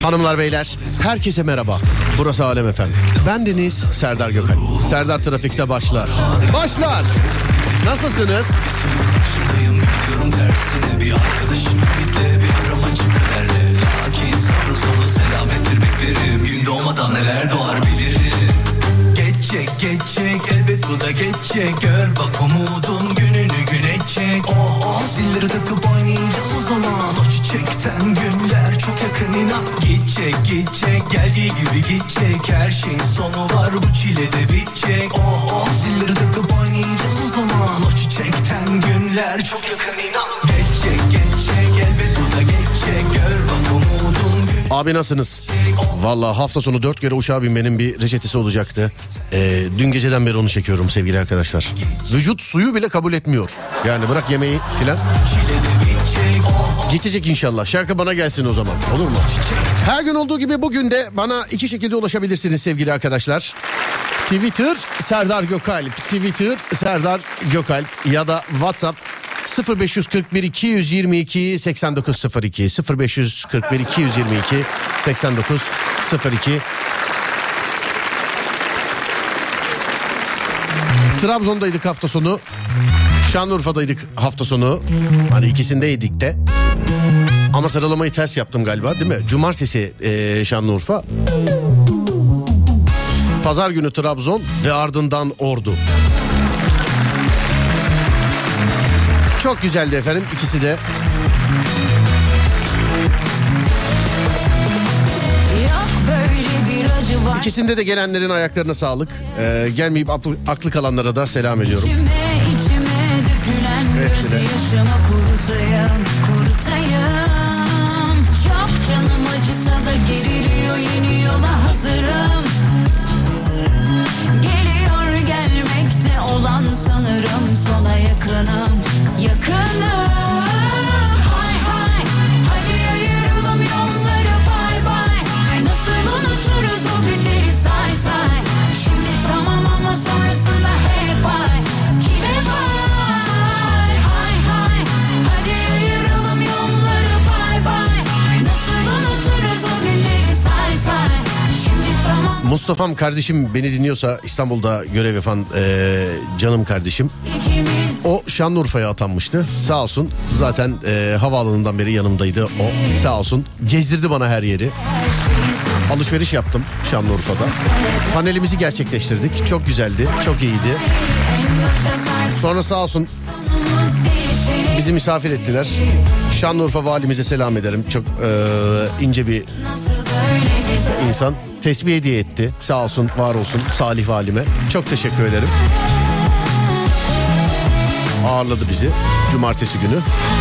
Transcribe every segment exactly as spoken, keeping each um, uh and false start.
Hanımlar beyler, herkese merhaba. Burası Alem Efem. Ben Deniz Serdar Gökalp. Serdar Trafik'te başlar. Başlar. Nasılsınız? Bir arkadaşım bitle bir arama çıkarırlar. Lakin sabrı sonu selamettir beklerim. Gün doğmadan neler doğar bilirim. Geçecek geçecek elbet bu da geçecek. Gör bak umudun gününü güneşecek. Oh oh zilleri takıp oynayacağız o zaman. O çiçekten günler çok yakın inan. Gidecek gidecek geldiği gibi gidecek. Her şeyin sonu var bu çile de bitecek. Oh oh zilleri takıp oynayacağız o zaman. O çiçekten günler çok yakın inan. Geçecek geçecek elbet bu da geçecek. Gör bak umudun. Abi nasılsınız? Vallahi hafta sonu dört kere uçağa binmenin bir reçetesi olacaktı. Ee, dün geceden beri onu çekiyorum sevgili arkadaşlar. Vücut suyu bile kabul etmiyor. Yani bırak yemeği filan. Geçecek inşallah. Şarkı bana gelsin o zaman. Olur mu? Her gün olduğu gibi bugün de bana iki şekilde ulaşabilirsiniz sevgili arkadaşlar. Twitter Serdar Gökalp, Twitter Serdar Gökalp ya da WhatsApp sıfır beş kırk bir iki yüz yirmi iki seksen dokuz sıfır iki sıfır beş kırk bir iki yüz yirmi iki seksen dokuz sıfır iki. Trabzon'daydık hafta sonu. Şanlıurfa'daydık hafta sonu. Hani ikisindeydik de. Ama sıralamayı ters yaptım galiba, değil mi? Cumartesi ee, Şanlıurfa. Pazar günü Trabzon ve ardından Ordu. Çok güzeldi efendim ikisi de. İkisinde de gelenlerin ayaklarına sağlık. Ee, gelmeyip aklı kalanlara da selam ediyorum. İçime, içime dökülen gözü yaşama kurutayım, kurutayım. Çok canım acısa da geriliyor, yeni yola hazırım. Geliyor gelmekte olan sanırım sona yakınım, yakınım. Hay hay, hadi ayıralım yolları bay bay. Nasıl unuturuz o günleri say say. Şimdi tamam ama sonrasında hep ay. Kime vay, hay hay, hadi ayıralım yolları bay bay. Nasıl unuturuz o günleri say say. Şimdi tamam. Mustafa'm kardeşim beni dinliyorsa, İstanbul'da görev yapan e, canım kardeşim. O Şanlıurfa'ya atanmıştı. Sağ olsun. Zaten e, havaalanından beri yanımdaydı o. Sağ olsun. Gezdirdi bana her yeri. Alışveriş yaptım Şanlıurfa'da. Panelimizi gerçekleştirdik. Çok güzeldi. Çok iyiydi. Sonra sağ olsun bizi misafir ettiler. Şanlıurfa valimize selam ederim. Çok e, ince bir insan. Tesbih hediye etti. Sağ olsun, var olsun Salih valime. Çok teşekkür ederim. Ağırladı bizi cumartesi günü.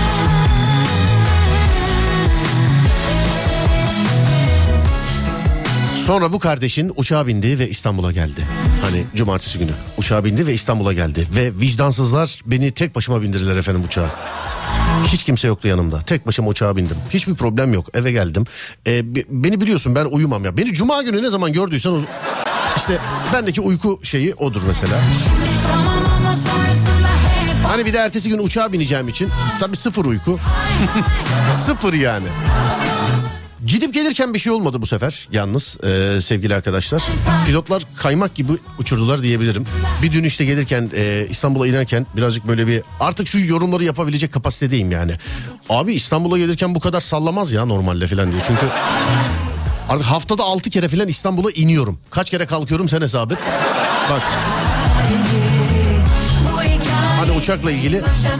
Sonra bu kardeşin uçağa bindi ve İstanbul'a geldi. Hani cumartesi günü uçağa bindi ve İstanbul'a geldi. Ve vicdansızlar beni tek başıma bindirdiler efendim uçağa. Hiç kimse yoktu yanımda. Tek başıma uçağa bindim. Hiçbir problem yok. Eve geldim. Ee, beni biliyorsun, ben uyumam ya. Beni cuma günü ne zaman gördüysen o... işte bendeki uyku şeyi odur mesela. Hani bir de ertesi gün uçağa bineceğim için tabii sıfır uyku. Sıfır yani. Gidip gelirken bir şey olmadı bu sefer yalnız e, sevgili arkadaşlar. Pilotlar kaymak gibi uçurdular diyebilirim. Bir dönüşte gelirken e, İstanbul'a inerken birazcık böyle bir artık şu yorumları yapabilecek kapasitedeyim yani. Abi İstanbul'a gelirken bu kadar sallamaz ya normalde falan diye. Çünkü artık haftada altı kere falan İstanbul'a iniyorum. Kaç kere kalkıyorum sen hesap et. Bak. Hani uçakla ilgili.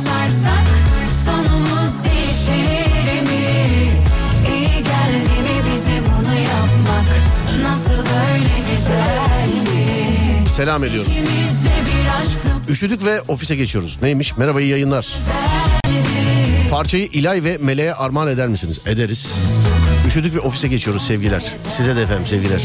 Selam ediyorum. Üşüdük ve ofise geçiyoruz. Neymiş? Merhaba, iyi yayınlar. Parçayı İlay ve Meleğe armağan eder misiniz? Ederiz. Üşüdük ve ofise geçiyoruz sevgiler. Size de efendim sevgiler.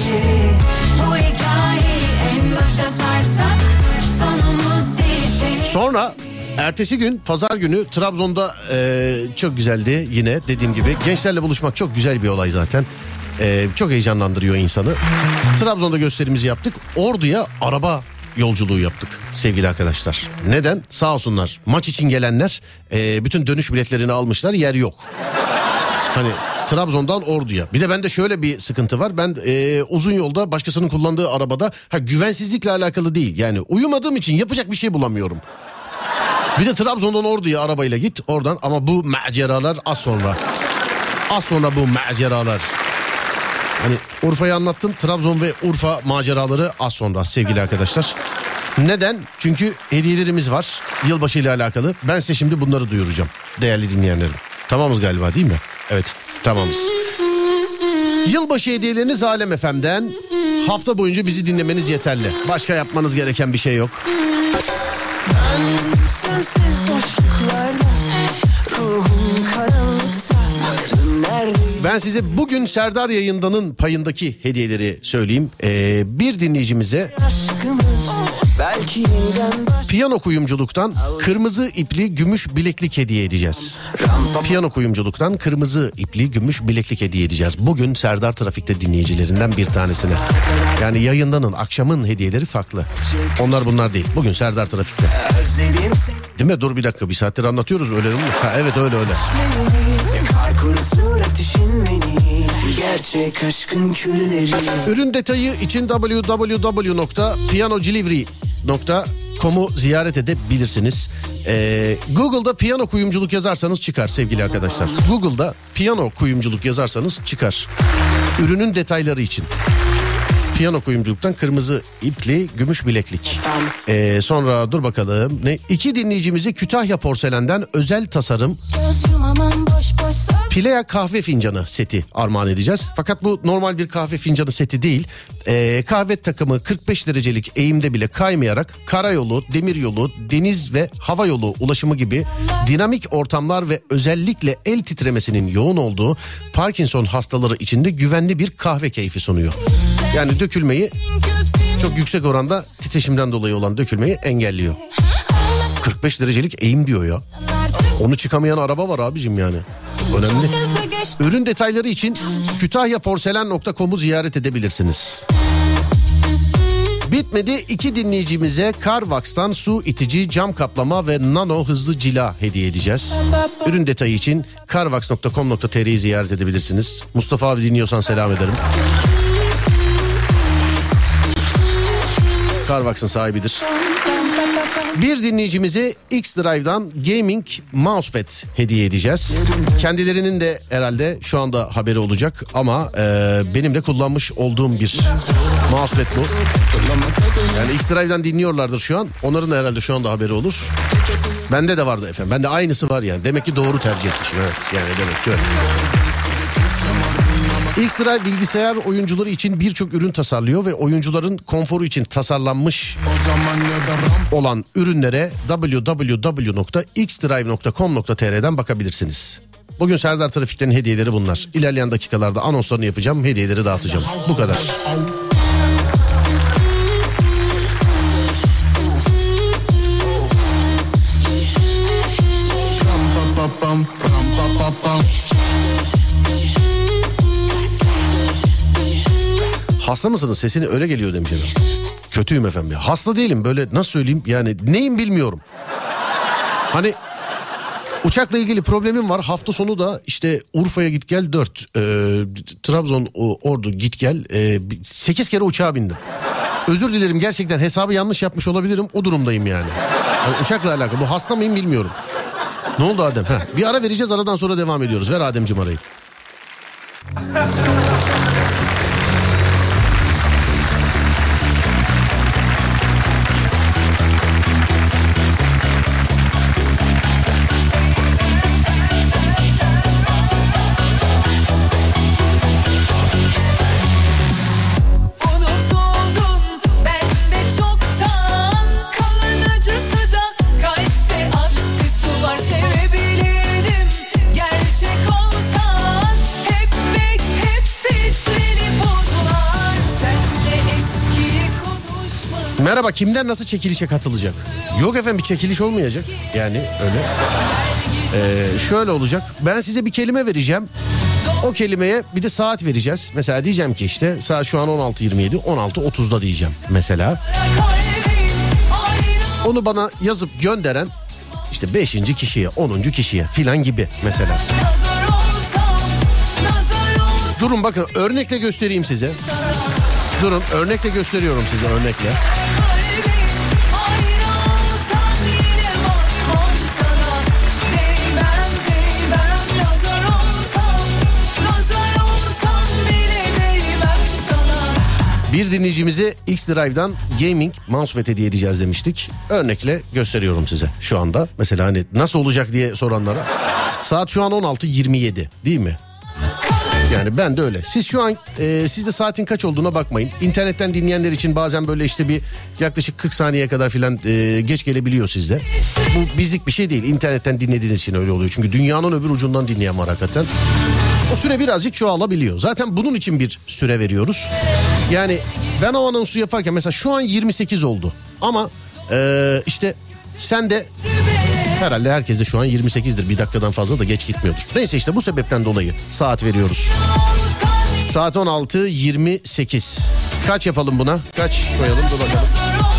Sonra ertesi gün pazar günü Trabzon'da e, çok güzeldi yine dediğim gibi. Gençlerle buluşmak çok güzel bir olay zaten. E, çok heyecanlandırıyor insanı. Trabzon'da gösterimizi yaptık. Ordu'ya araba yolculuğu yaptık sevgili arkadaşlar. Neden? Sağ olsunlar. Maç için gelenler e, bütün dönüş biletlerini almışlar. Yer yok. Hani Trabzon'dan Ordu'ya. Bir de bende şöyle bir sıkıntı var. Ben e, uzun yolda başkasının kullandığı arabada, ha güvensizlikle alakalı değil. Yani uyumadığım için yapacak bir şey bulamıyorum. Bir de Trabzon'dan Ordu'ya arabayla git oradan, ama bu maceralar az sonra. Az sonra bu maceralar. Hani Urfa'yı anlattım, Trabzon ve Urfa maceraları az sonra sevgili arkadaşlar. Neden? Çünkü hediyelerimiz var yılbaşı ile alakalı. Ben size şimdi bunları duyuracağım değerli dinleyenlerim. Tamamız galiba değil mi? Evet, tamamız. Yılbaşı hediyeleriniz Alem F M'den. Hafta boyunca bizi dinlemeniz yeterli. Başka yapmanız gereken bir şey yok. Ben sensiz boşluklarda, ruhum karanlıkta, aklım nerede? Ben size bugün Serdar Yayından'ın payındaki hediyeleri söyleyeyim. Ee, bir dinleyicimize belki yeniden baş... piyano kuyumculuktan kırmızı ipli gümüş bileklik hediye edeceğiz. Piyano kuyumculuktan kırmızı ipli gümüş bileklik hediye edeceğiz. Bugün Serdar Trafik'te dinleyicilerinden bir tanesine. Yani Yayından'ın akşamın hediyeleri farklı. Onlar bunlar değil. Bugün Serdar Trafik'te. Değil mi? Dur bir dakika, bir saattir anlatıyoruz öyle değil mi? Ha, evet öyle öyle. Gerçek aşkın külleri. Ürün detayı için double-u double-u double-u nokta piyano delivery nokta com'u ziyaret edebilirsiniz. Ee, Google'da piyano kuyumculuk yazarsanız çıkar sevgili arkadaşlar. Google'da piyano kuyumculuk yazarsanız çıkar. Ürünün detayları için. Piyano kuyumculuktan kırmızı ipli gümüş bileklik. Ee, sonra dur bakalım. Ne? İki dinleyicimizi Kütahya Porselen'den özel tasarım Pilea kahve fincanı seti armağan edeceğiz. Fakat bu normal bir kahve fincanı seti değil. Ee, kahve takımı kırk beş derecelik eğimde bile kaymayarak karayolu, demiryolu, deniz ve hava yolu ulaşımı gibi dinamik ortamlar ve özellikle el titremesinin yoğun olduğu Parkinson hastaları için de güvenli bir kahve keyfi sunuyor. Yani dökülmeyi, çok yüksek oranda titreşimden dolayı olan dökülmeyi engelliyor. kırk beş derecelik eğim diyor ya. Onu çıkamayan araba var abicim yani. Önemli. Ürün detayları için kütahya porselen nokta com'u ziyaret edebilirsiniz. Bitmedi, iki dinleyicimize Carvax'tan su itici, cam kaplama ve nano hızlı cila hediye edeceğiz. Ürün detayı için carvax nokta com nokta tr'yi ziyaret edebilirsiniz. Mustafa abi dinliyorsan selam ederim. Carvax'ın sahibidir. Bir dinleyicimize X-Drive'dan gaming mousepad hediye edeceğiz. Kendilerinin de herhalde şu anda haberi olacak ama e, benim de kullanmış olduğum bir mousepad bu. Yani X-Drive'dan dinliyorlardır şu an. Onların da herhalde şu anda haberi olur. Bende de vardı efendim. Bende aynısı var yani. Demek ki doğru tercih etmişim. Evet, yani demek ki öyle. X-Drive bilgisayar oyuncuları için birçok ürün tasarlıyor ve oyuncuların konforu için tasarlanmış olan ürünlere double-u double-u double-u nokta x drive nokta com nokta tr'den bakabilirsiniz. Bugün Serdar Trafik'ten hediyeleri bunlar. İlerleyen dakikalarda anonslarını yapacağım, hediyeleri dağıtacağım. Bu kadar. Hasta mısınız? Sesini öyle geliyor demiş efendim. Kötüyüm efendim ya. Hasta değilim, böyle nasıl söyleyeyim yani, neyim bilmiyorum. Hani uçakla ilgili problemim var. Hafta sonu da işte Urfa'ya git gel dört. Ee, Trabzon Ordu git gel ee, sekiz kere uçağa bindim. Özür dilerim, gerçekten hesabı yanlış yapmış olabilirim. O durumdayım yani. Yani uçakla alakalı. Bu hasta mıyım bilmiyorum. Ne oldu Adem? Heh, bir ara vereceğiz, aradan sonra devam ediyoruz. Ver Ademciğim arayı. Merhaba, kimden nasıl çekilişe katılacak? Yok efendim, bir çekiliş olmayacak. Yani öyle. Ee, şöyle olacak. Ben size bir kelime vereceğim. O kelimeye bir de saat vereceğiz. Mesela diyeceğim ki işte saat şu an on altı yirmi yedi, on altı otuzda diyeceğim mesela. Onu bana yazıp gönderen işte beşinci kişiye, onuncu kişiye filan gibi mesela. Durun bakın örnekle göstereyim size. Durun örnekle gösteriyorum size örnekle. Bir dinleyicimize X-Drive'dan gaming mousepad hediye edeceğiz demiştik. Örnekle gösteriyorum size şu anda. Mesela hani nasıl olacak diye soranlara. Saat şu an on altı yirmi yedi değil mi? Yani ben de öyle. Siz şu an e, siz de saatin kaç olduğuna bakmayın. İnternetten dinleyenler için bazen böyle işte bir yaklaşık kırk saniye kadar filan e, geç gelebiliyor sizde. Bu bizlik bir şey değil. İnternetten dinlediğiniz için öyle oluyor. Çünkü dünyanın öbür ucundan dinleyen var hakikaten. O süre birazcık çoğalabiliyor. Zaten bunun için bir süre veriyoruz. Yani ben o anonsu yaparken mesela şu an yirmi sekiz oldu. Ama e, işte sen de herhalde herkes de şu an yirmi sekizdir. Bir dakikadan fazla da geç gitmiyordur. Neyse işte bu sebepten dolayı saat veriyoruz. Saat on altı yirmi sekiz. Kaç yapalım buna? Kaç koyalım? Dur bakalım.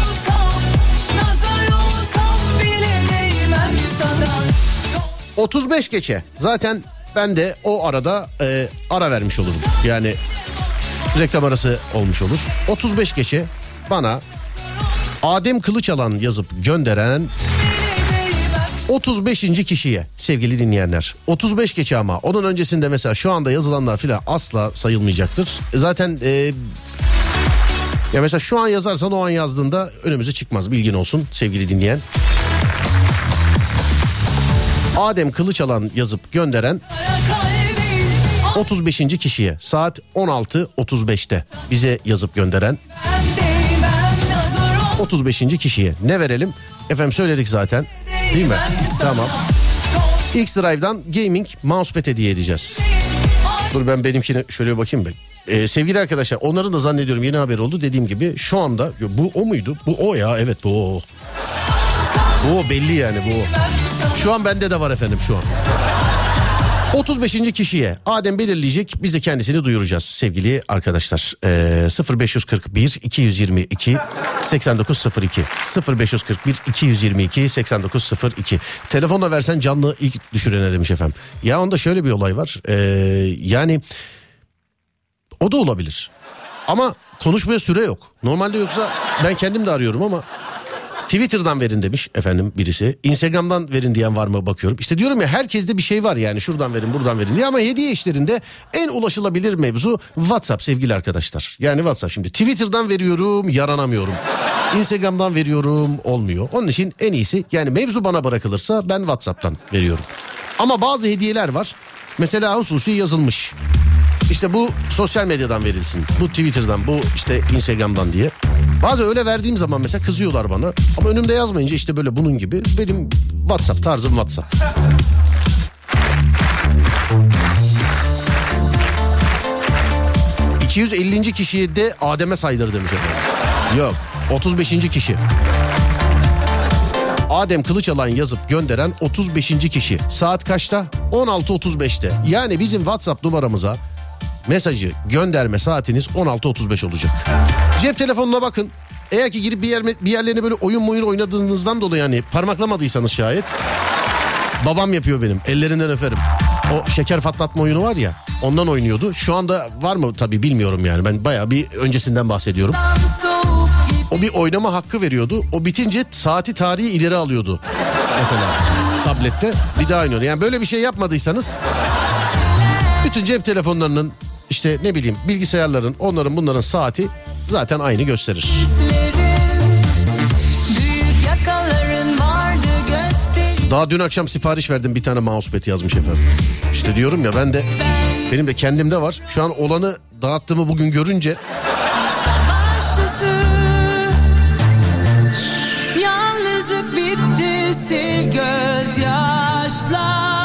otuz beş geçe. Zaten ben de o arada e, ara vermiş olurum. Yani reklam arası olmuş olur. otuz beş geçe bana Adem Kılıçalan yazıp gönderen otuz beşinci kişiye sevgili dinleyenler. otuz beş geçe ama onun öncesinde mesela şu anda yazılanlar filan asla sayılmayacaktır. Zaten e, ya mesela şu an yazarsan o an yazdığında önümüze çıkmaz, bilgin olsun sevgili dinleyen. Adem Kılıçalan yazıp gönderen otuz beşinci kişiye saat on altı otuz beşte bize yazıp gönderen otuz beşinci kişiye ne verelim? Efendim söyledik zaten. Değil mi? Tamam. X-Drive'dan gaming mousepad hediye edeceğiz. Dur ben benimkine şöyle bir bakayım ben. Ee, sevgili arkadaşlar onların da zannediyorum yeni haber oldu. Dediğim gibi şu anda bu o muydu? Bu o ya, evet bu o. Bu o belli yani bu o. Şu an bende de var efendim şu an. otuz beşinci kişiye Adem belirleyecek, biz de kendisini duyuracağız sevgili arkadaşlar. Ee, sıfır beş kırk bir iki yüz yirmi iki seksen dokuz sıfır iki sıfır beş kırk bir iki yüz yirmi iki seksen dokuz sıfır iki. Telefonla versen canlı ilk düşürene demiş efendim. Ya onda şöyle bir olay var. Ee, yani o da olabilir. Ama konuşmaya süre yok. Normalde yoksa ben kendim de arıyorum ama Twitter'dan verin demiş efendim birisi. Instagram'dan verin diyen var mı bakıyorum. İşte diyorum ya herkeste bir şey var yani, şuradan verin buradan verin diye. Ama hediye işlerinde en ulaşılabilir mevzu WhatsApp sevgili arkadaşlar. Yani WhatsApp, şimdi Twitter'dan veriyorum yaranamıyorum. Instagram'dan veriyorum olmuyor. Onun için en iyisi yani mevzu bana bırakılırsa ben WhatsApp'tan veriyorum. Ama bazı hediyeler var. Mesela hususi yazılmış. İşte bu sosyal medyadan verilsin. Bu Twitter'dan, bu işte Instagram'dan diye. Bazı öyle verdiğim zaman mesela kızıyorlar bana. Ama önümde yazmayınca işte böyle bunun gibi. Benim WhatsApp tarzım WhatsApp. iki yüz ellinci kişiye de Adem'e saydır demiş efendim. Yok, otuz beşinci kişi. Adem Kılıçalan yazıp gönderen otuz beşinci kişi. Saat kaçta? on altı otuz beşte. Yani bizim WhatsApp numaramıza mesajı gönderme saatiniz on altı otuz beş olacak. Cep telefonuna bakın. Eğer ki girip bir, yer, bir yerlerine böyle oyun oyun oynadığınızdan dolayı yani parmaklamadıysanız şayet. Babam yapıyor benim. Ellerinden öperim. O şeker patlatma oyunu var ya, ondan oynuyordu. Şu anda var mı tabii bilmiyorum yani. Ben bayağı bir öncesinden bahsediyorum. O bir oynama hakkı veriyordu. O bitince saati tarihi ileri alıyordu. Mesela tablette bir daha oynuyordu. Yani böyle bir şey yapmadıysanız bütün cep telefonlarının işte ne bileyim bilgisayarların, onların bunların saati zaten aynı gösterir. Daha dün akşam sipariş verdim, bir tane mousepad yazmış efendim. İşte diyorum ya ben de, benim de kendimde var. Şu an olanı dağıttığımı bugün görünce. Yalnızlık bitti, sil gözyaşlarını.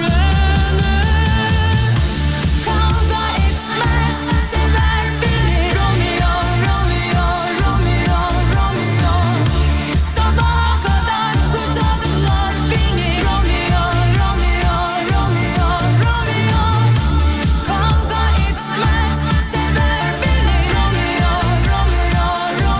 Kavga etmez, sever beni. Romeo, Romeo, Romeo, Romeo. Sabaha kadar kucaklar beni. Romeo, Romeo, Romeo, Romeo. Kavga etmez, sever beni. Romeo, Romeo, Romeo.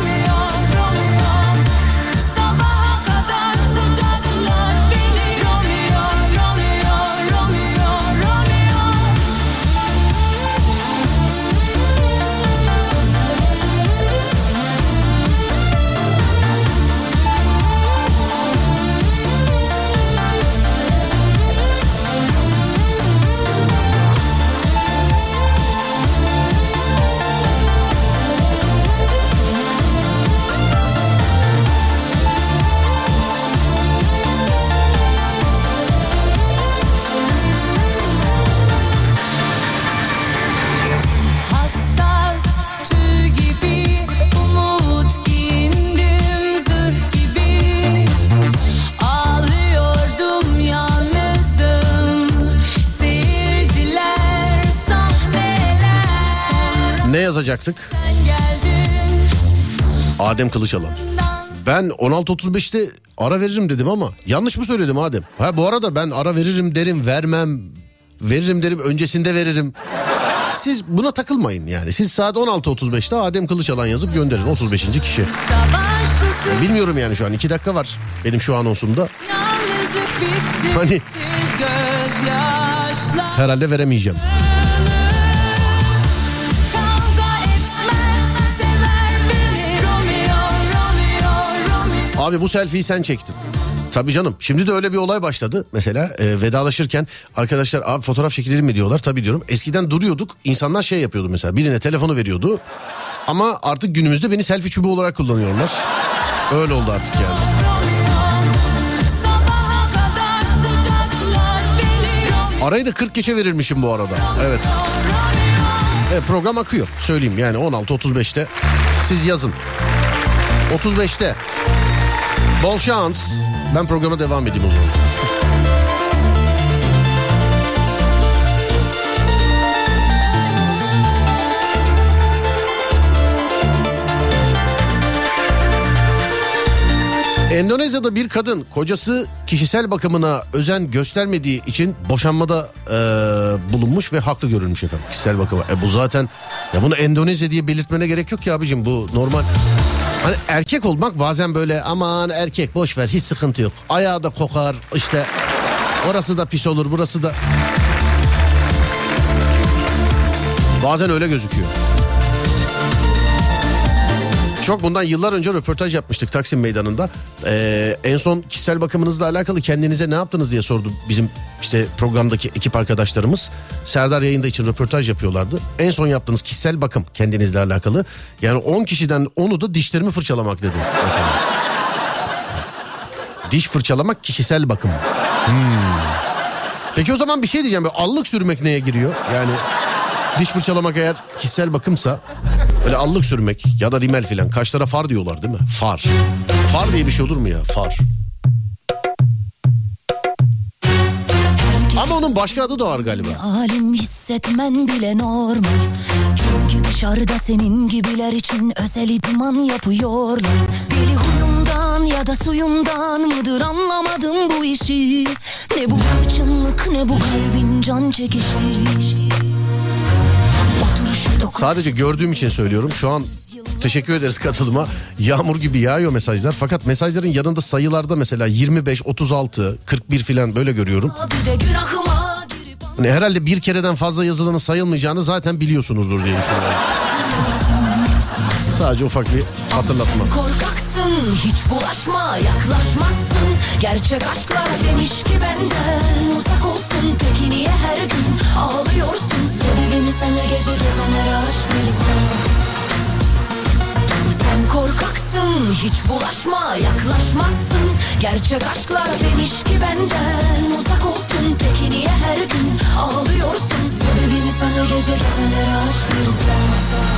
Ne yazacaktık? Adem Kılıçalan. Ben on altı otuz beşte ara veririm dedim ama yanlış mı söyledim Adem? Ha bu arada ben ara veririm derim, vermem. Veririm derim, öncesinde veririm. Siz buna takılmayın yani. Siz saat on altı otuz beşte Adem Kılıçalan yazıp gönderin, otuz beşinci kişi. Ya bilmiyorum yani, şu an iki dakika var benim şu anonsumda. Hani herhalde veremeyeceğim. Abi bu selfie'yi sen çektin. Tabii canım. Şimdi de öyle bir olay başladı. Mesela e, vedalaşırken arkadaşlar abi fotoğraf çekilelim mi diyorlar. Tabii diyorum. Eskiden duruyorduk. İnsanlar şey yapıyordu mesela. Birine telefonu veriyordu. Ama artık günümüzde beni selfie çubuğu olarak kullanıyorlar. Öyle oldu artık yani. Arayı da kırk geçe verirmişim bu arada. Evet. Evet, program akıyor. Söyleyeyim yani on altı otuz beşte siz yazın. otuz beşte. Bol şans. Ben programa devam edeyim o zaman. Endonezya'da bir kadın kocası kişisel bakımına özen göstermediği için boşanmada e, bulunmuş ve haklı görülmüş efendim. Kişisel bakıma. E bu zaten, ya bunu Endonezya diye belirtmene gerek yok ki abicim, bu normal. Hani erkek olmak bazen böyle, aman erkek boş ver hiç sıkıntı yok. Ayağı da kokar işte, orası da pis olur burası da. Bazen öyle gözüküyor. Çok bundan yıllar önce röportaj yapmıştık Taksim Meydanı'nda. Ee, en son kişisel bakımınızla alakalı kendinize ne yaptınız diye sordu bizim işte programdaki ekip arkadaşlarımız. Serdar yayında için röportaj yapıyorlardı. En son yaptığınız kişisel bakım kendinizle alakalı. Yani on kişiden onu da dişlerimi fırçalamak dedi mesela. Diş fırçalamak kişisel bakım. Hmm. Peki o zaman bir şey diyeceğim. Böyle allık sürmek neye giriyor? Yani diş fırçalamak eğer kişisel bakımsa, böyle allık sürmek ya da rimel filan, kaşlara far diyorlar değil mi? Far. Far diye bir şey olur mu ya? Far. Ama onun başka adı da var galiba. Halim hissetmen bile normal. Çünkü dışarıda senin gibiler için özel idman yapıyorlar. Deli huyumdan ya da suyumdan mıdır anlamadım bu işi. Ne bu hırçınlık ne bu kalbin can çekişi. Sadece gördüğüm için söylüyorum. Şu an teşekkür ederiz katılıma. Yağmur gibi yağıyor mesajlar. Fakat mesajların yanında sayılarda mesela yirmi beş, otuz altı, kırk bir filan böyle görüyorum. Hani herhalde bir kereden fazla yazılanın sayılmayacağını zaten biliyorsunuzdur diye düşünüyorum. Sadece ufak bir hatırlatma. Korkaksın, hiç bulaşma, yaklaşmazsın. Gerçek aşklar demiş ki benden uzak olsun. Peki niye her gün ağlıyorsun? Sebebini senle gece gezenlere aşk bilsen. Sen korkaksın, hiç bulaşma, yaklaşmazsın. Gerçek aşklar demiş ki benden uzak olsun. Peki niye her gün ağlıyorsun? Sebebini senle gece gezenlere aşk bilsen.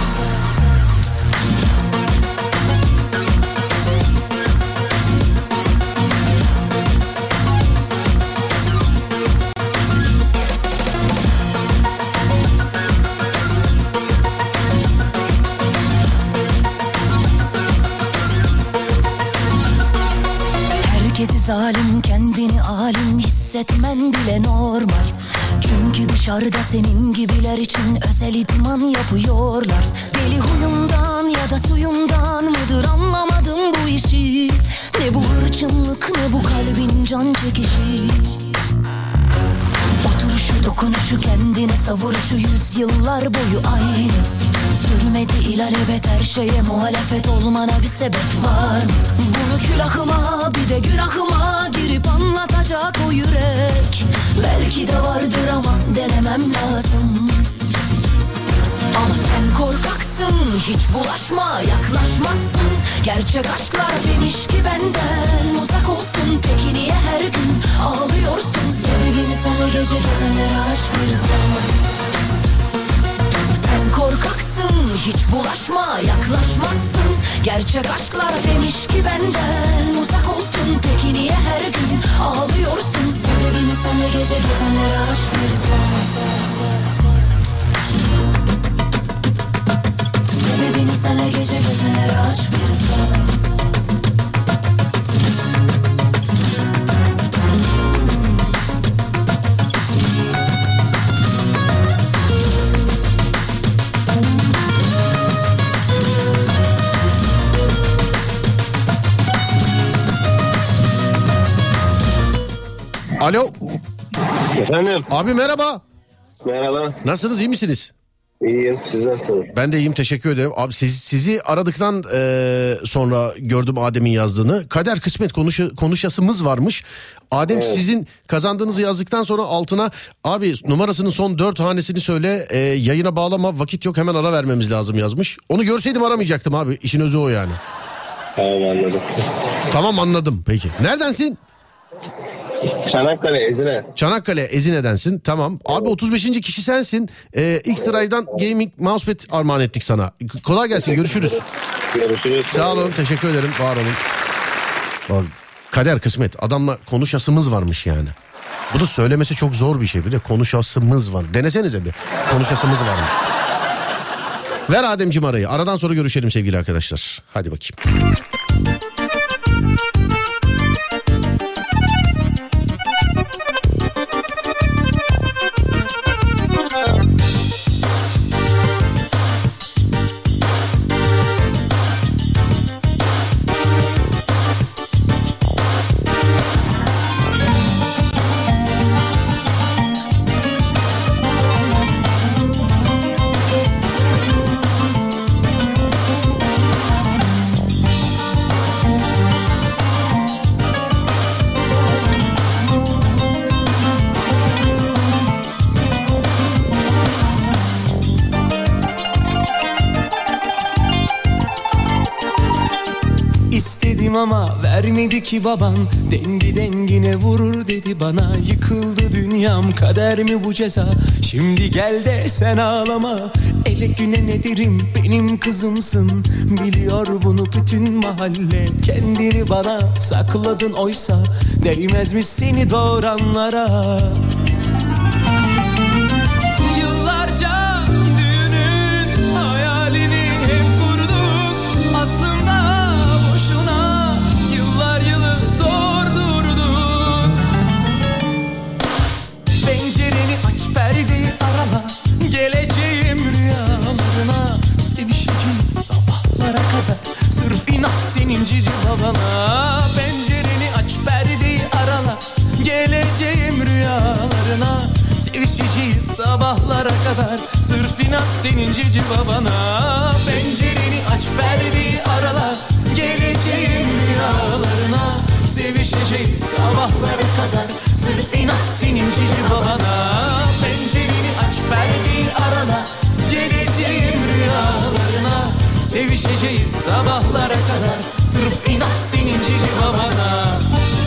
Herkesi zalim, kendini alim hissetmen bile normal. Çünkü dışarıda senin gibiler için özel idman yapıyorlar. Deli huyumdan ya da suyumdan mıdır anlamadım bu işi. Ne bu hırçınlık ne bu kalbin can çekişi. Oturuşu dokunuşu kendine savuruşu yüzyıllar boyu aynı. Sürmedi ilelebet her şeye muhalefet olmana bir sebep var mı? Bunu külahıma bir de günahıma girip anlatacak o yürek. Belki de vardır ama denemem lazım. Ama sen korkaksın, hiç bulaşma, yaklaşmazsın. Gerçek aşklar demiş ki benden uzak olsun. Peki niye her gün ağlıyorsun? Sebebini sana gece gezenlere aşk bilsen. Sen korkaksın, hiç bulaşma, yaklaşmazsın. Gerçek aşklar demiş ki benden uzak olsun. Peki niye her gün ağlıyorsun? Sebebini sana gece gezenlere aşk bilsen. Alo. Efendim? Abi merhaba. Merhaba. Nasılsınız, iyi misiniz? İyiyim, siz nasılsınız? Ben de iyiyim, teşekkür ederim. Abi siz, sizi aradıktan e, sonra gördüm Adem'in yazdığını. Kader kısmet konuşu, konuşasımız varmış. Adem evet. Sizin kazandığınızı yazdıktan sonra altına abi numarasının son dört hanesini söyle, e, yayına bağlama, vakit yok, hemen ara vermemiz lazım yazmış. Onu görseydim aramayacaktım abi, işin özü o yani. Tamam, anladım. Tamam, anladım, peki. Neredensin? Çanakkale, Ezine. Çanakkale, Ezine'densin. Tamam. Abi otuz beşinci kişi sensin. Ee, X-Ray'dan gaming mousepad armağan ettik sana. Kolay gelsin. Görüşürüz. Görüşürüz. Sağ olun. Teşekkür ederim. Var olun. Abi, kader kısmet. Adamla konuşasımız varmış yani. Bu da söylemesi çok zor bir şey. Bir de konuşasımız var. Denesenize bir. Konuşasımız varmış. Ver Ademciğim arayı. Aradan sonra görüşelim sevgili arkadaşlar. Hadi bakayım. Ama vermedi ki baban, dengi dengine vurur dedi bana. Yıkıldı dünyam, kader mi bu ceza? Şimdi gel de sen ağlama. Ele güne ne derim, benim kızımsın. Biliyor bunu bütün mahalle. Kendini bana sakladın oysa, değmezmiş seni doğuranlara. Yıllarca düğünün hayalini hep kurduk. Aslında perdeyi arala, geleceğim rüyalarına. Sevişeceğiz sabahlara kadar, sırf inat senin cici babana. Pencereni aç, perdeyi arala, geleceğim rüyalarına. Sevişeceğiz sabahlara kadar, sırf inat senin cici babana. Pencereni aç, perdeyi arala, geleceğim rüyalarına. Sevişeceğiz sabahlara kadar, sırf inat senin cici babana. Pencereni aç, perdeyi arala, geleceğim rüyalarına. Sevişeceğiz sabahlara kadar, sırf inat senin cici babana.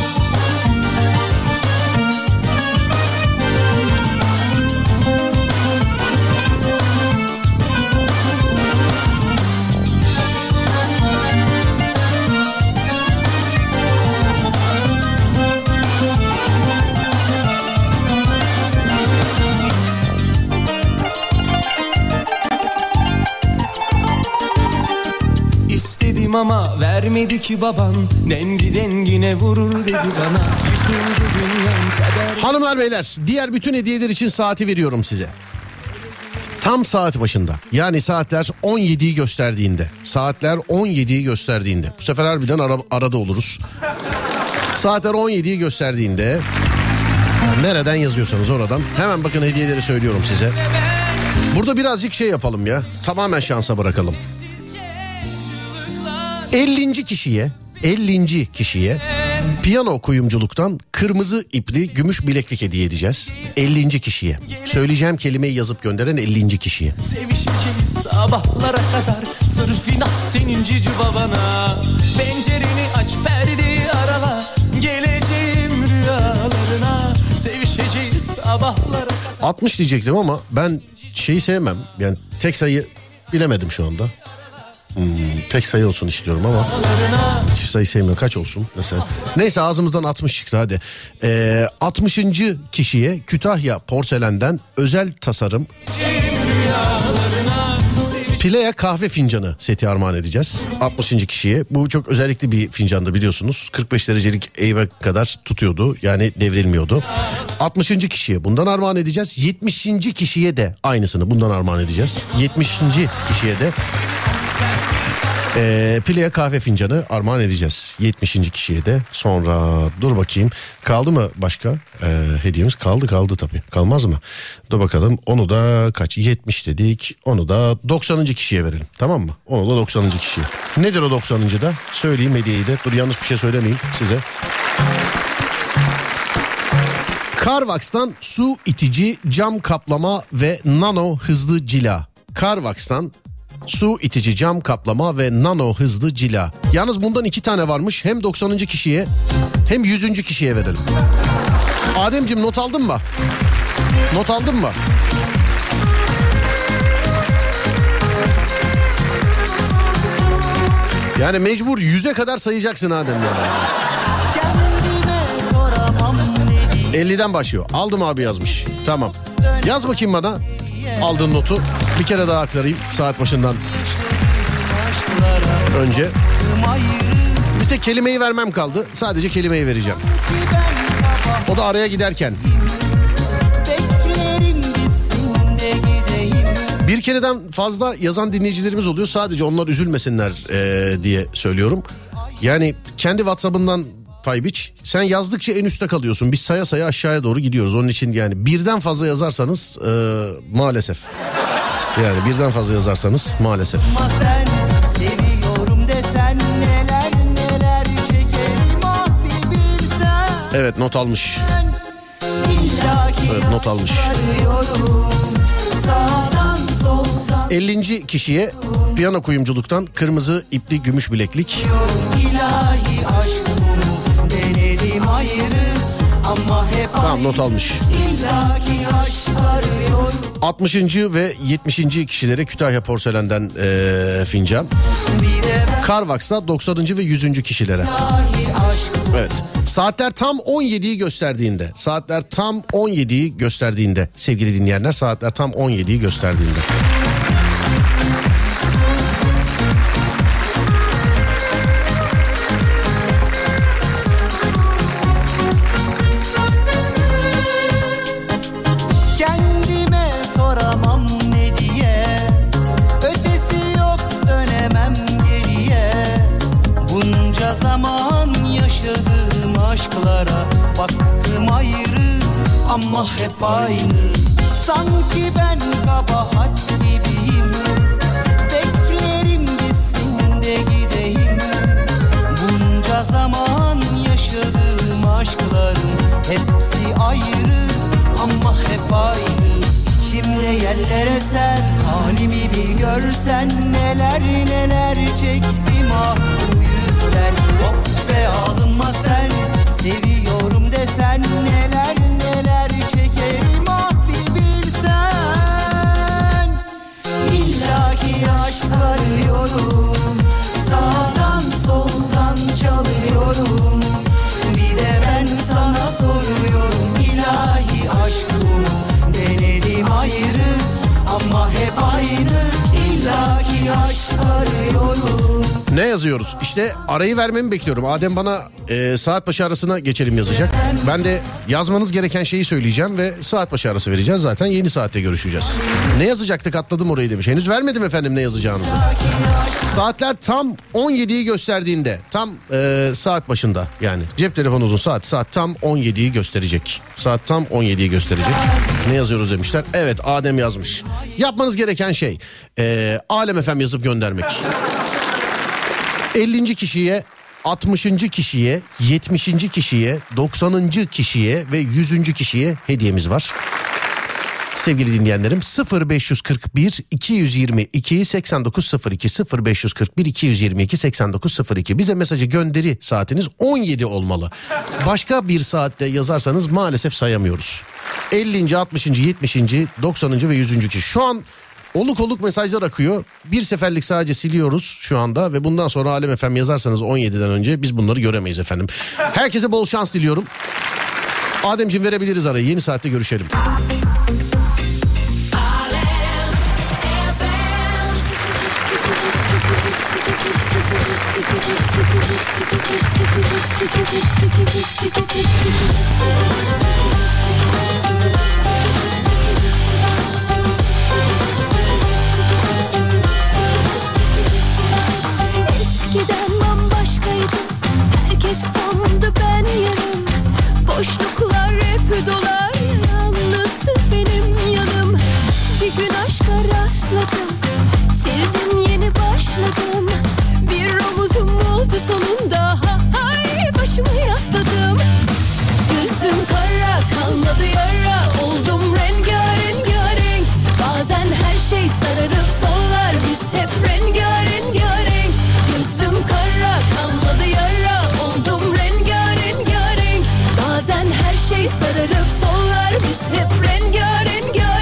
Ama vermedi ki baban, dengi dengine vurur dedi bana. Yıkıldı dünyam, kader. Hanımlar beyler, diğer bütün hediyeler için saati veriyorum size. Tam saat başında, yani saatler on yediyi gösterdiğinde, saatler on yediyi gösterdiğinde, bu sefer harbiden ara, arada oluruz. Saatler on yediyi gösterdiğinde, nereden yazıyorsanız oradan hemen bakın hediyeleri söylüyorum size. Burada birazcık şey yapalım ya, tamamen şansa bırakalım. ellinci kişiye ellinci kişiye piyano kuyumculuktan kırmızı ipli gümüş bileklik hediye edeceğiz. ellinci kişiye. Söyleyeceğim kelimeyi yazıp gönderen ellinci kişiye. Sevişeceğiz sabahlara kadar, sırf inat senin cici babana. Pencereni aç, perdeyi arala, geleceğim rüyalarına. Sevişeceğiz sabahlara kadar. altmış diyecektim ama ben şeyi sevmem. Yani tek sayı bilemedim şu anda. Hmm, tek sayı olsun istiyorum ama çift sayı sevmiyorum. Kaç olsun mesela? Neyse, ağzımızdan altmış çıktı hadi. Ee, altmışıncı kişiye Kütahya Porselen'den özel tasarım Pilea kahve fincanı seti armağan edeceğiz. altmışıncı kişiye. Bu çok özellikle bir fincandı biliyorsunuz. kırk beş derecelik eğime kadar tutuyordu. Yani devrilmiyordu. altmışıncı kişiye bundan armağan edeceğiz. yetmişinci kişiye de aynısını bundan armağan edeceğiz. yetmişinci kişiye de Ee, Pileye kahve fincanı armağan edeceğiz yetmişinci kişiye de. Sonra dur bakayım, kaldı mı başka ee, hediyemiz? Kaldı kaldı tabii, kalmaz mı? Dur bakalım, onu da kaç, yetmiş dedik, onu da doksanıncı kişiye verelim, tamam mı? Onu da doksanıncı kişiye. Nedir o doksanıncı da? Söyleyeyim hediyeyi de, dur yanlış bir şey söylemeyeyim size. Carvax'tan su itici cam kaplama ve nano hızlı cila. Carvax'tan su itici cam kaplama ve nano hızlı cila. Yalnız bundan iki tane varmış. Hem doksanıncı kişiye hem yüzüncü kişiye verelim. Ademciğim not aldın mı? Not aldın mı? Yani mecbur yüze kadar sayacaksın Adem yani. elliden başlıyor. Aldım abi yazmış. Tamam. Yaz bakayım bana. Aldığın notu. Bir kere daha aktarayım saat başından önce. Bir tek kelimeyi vermem kaldı. Sadece kelimeyi vereceğim. O da araya giderken. Bir kereden fazla yazan dinleyicilerimiz oluyor. Sadece onlar üzülmesinler ee, diye söylüyorum. Yani kendi WhatsApp'ından pay biç. Sen yazdıkça en üstte kalıyorsun. Biz saya saya aşağıya doğru gidiyoruz. Onun için yani birden fazla yazarsanız e, maalesef. Yani birden fazla yazarsanız maalesef. Sen seviyorum desen neler neler çekerim ah bir bilsen. Evet, not almış. Evet, not almış. ellinci kişiye piyano kuyumculuktan kırmızı ipli gümüş bileklik. İlahi aşkım denedim ayrı ama hep tamam, not almış. altmışıncı ve yetmişinci kişilere Kütahya Porselen'den ee, fincan. Carvax'ta doksanıncı ve yüzüncü kişilere. Evet. Saatler tam on yediyi gösterdiğinde, saatler tam on yediyi gösterdiğinde sevgili dinleyenler, saatler tam on yediyi gösterdiğinde. Zaman yaşadığım aşklara baktım ayrı ama hep aynı. Sanki ben kabahat gibiyim, beklerim bitsin de gideyim. Bunca zaman yaşadığım aşkların hepsi ayrı ama hep aynı. İçimde yerler eser, halimi bir görsen neler neler çektim ah. Hop be alınma sen, seviyorum desen neler neler çekerim ah bir bilsen. İllaki aşk arıyorum, sağdan soldan çalıyorum. Bir de ben sana soruyorum, ilahi aşkım denedim ayrı ama hep aynı. İllaki aşk arıyorum. Ne yazıyoruz? İşte arayı vermemi bekliyorum. Adem bana e, saat başı arasına geçelim yazacak. Ben de yazmanız gereken şeyi söyleyeceğim ve saat başı arası vereceğiz. Zaten yeni saatte görüşeceğiz. Ne yazacaktık, atladım orayı demiş. Henüz vermedim efendim ne yazacağınızı. Saatler tam on yediyi gösterdiğinde, tam e, saat başında yani cep telefonunuzun saat saat tam on yediyi gösterecek. Saat tam on yediyi gösterecek. Ne yazıyoruz demişler. Evet, Adem yazmış. Yapmanız gereken şey e, Alem F M yazıp göndermek. ellinci kişiye, altmışıncı kişiye, yetmişinci kişiye, doksanıncı kişiye ve yüzüncü kişiye hediyemiz var. Sevgili dinleyenlerim, sıfır beş kırk bir iki yüz yirmi iki seksen dokuz sıfır iki sıfır beş kırk bir iki yüz yirmi iki seksen dokuz sıfır iki. Bize mesajı gönderi saatiniz on yedi olmalı. Başka bir saatte yazarsanız maalesef sayamıyoruz. ellinci, altmışıncı, yetmişinci, doksanıncı ve yüzüncü kişi. Şu an oluk oluk mesajlar akıyor. Bir seferlik sadece siliyoruz şu anda ve bundan sonra Alem F M yazarsanız on yediden önce biz bunları göremeyiz efendim. Herkese bol şans diliyorum. Ademciğim verebiliriz arayı. Yeni saatte görüşelim. sonunda hay başımı yasladım. Gözüm kara kalmadı yara, oldum rengarenk. Bazen her şey sararıp sollar, biz hep rengarenk. Gözüm kara kalmadı yara, oldum rengarenk. Bazen her şey sararıp sollar, biz hep rengarenk.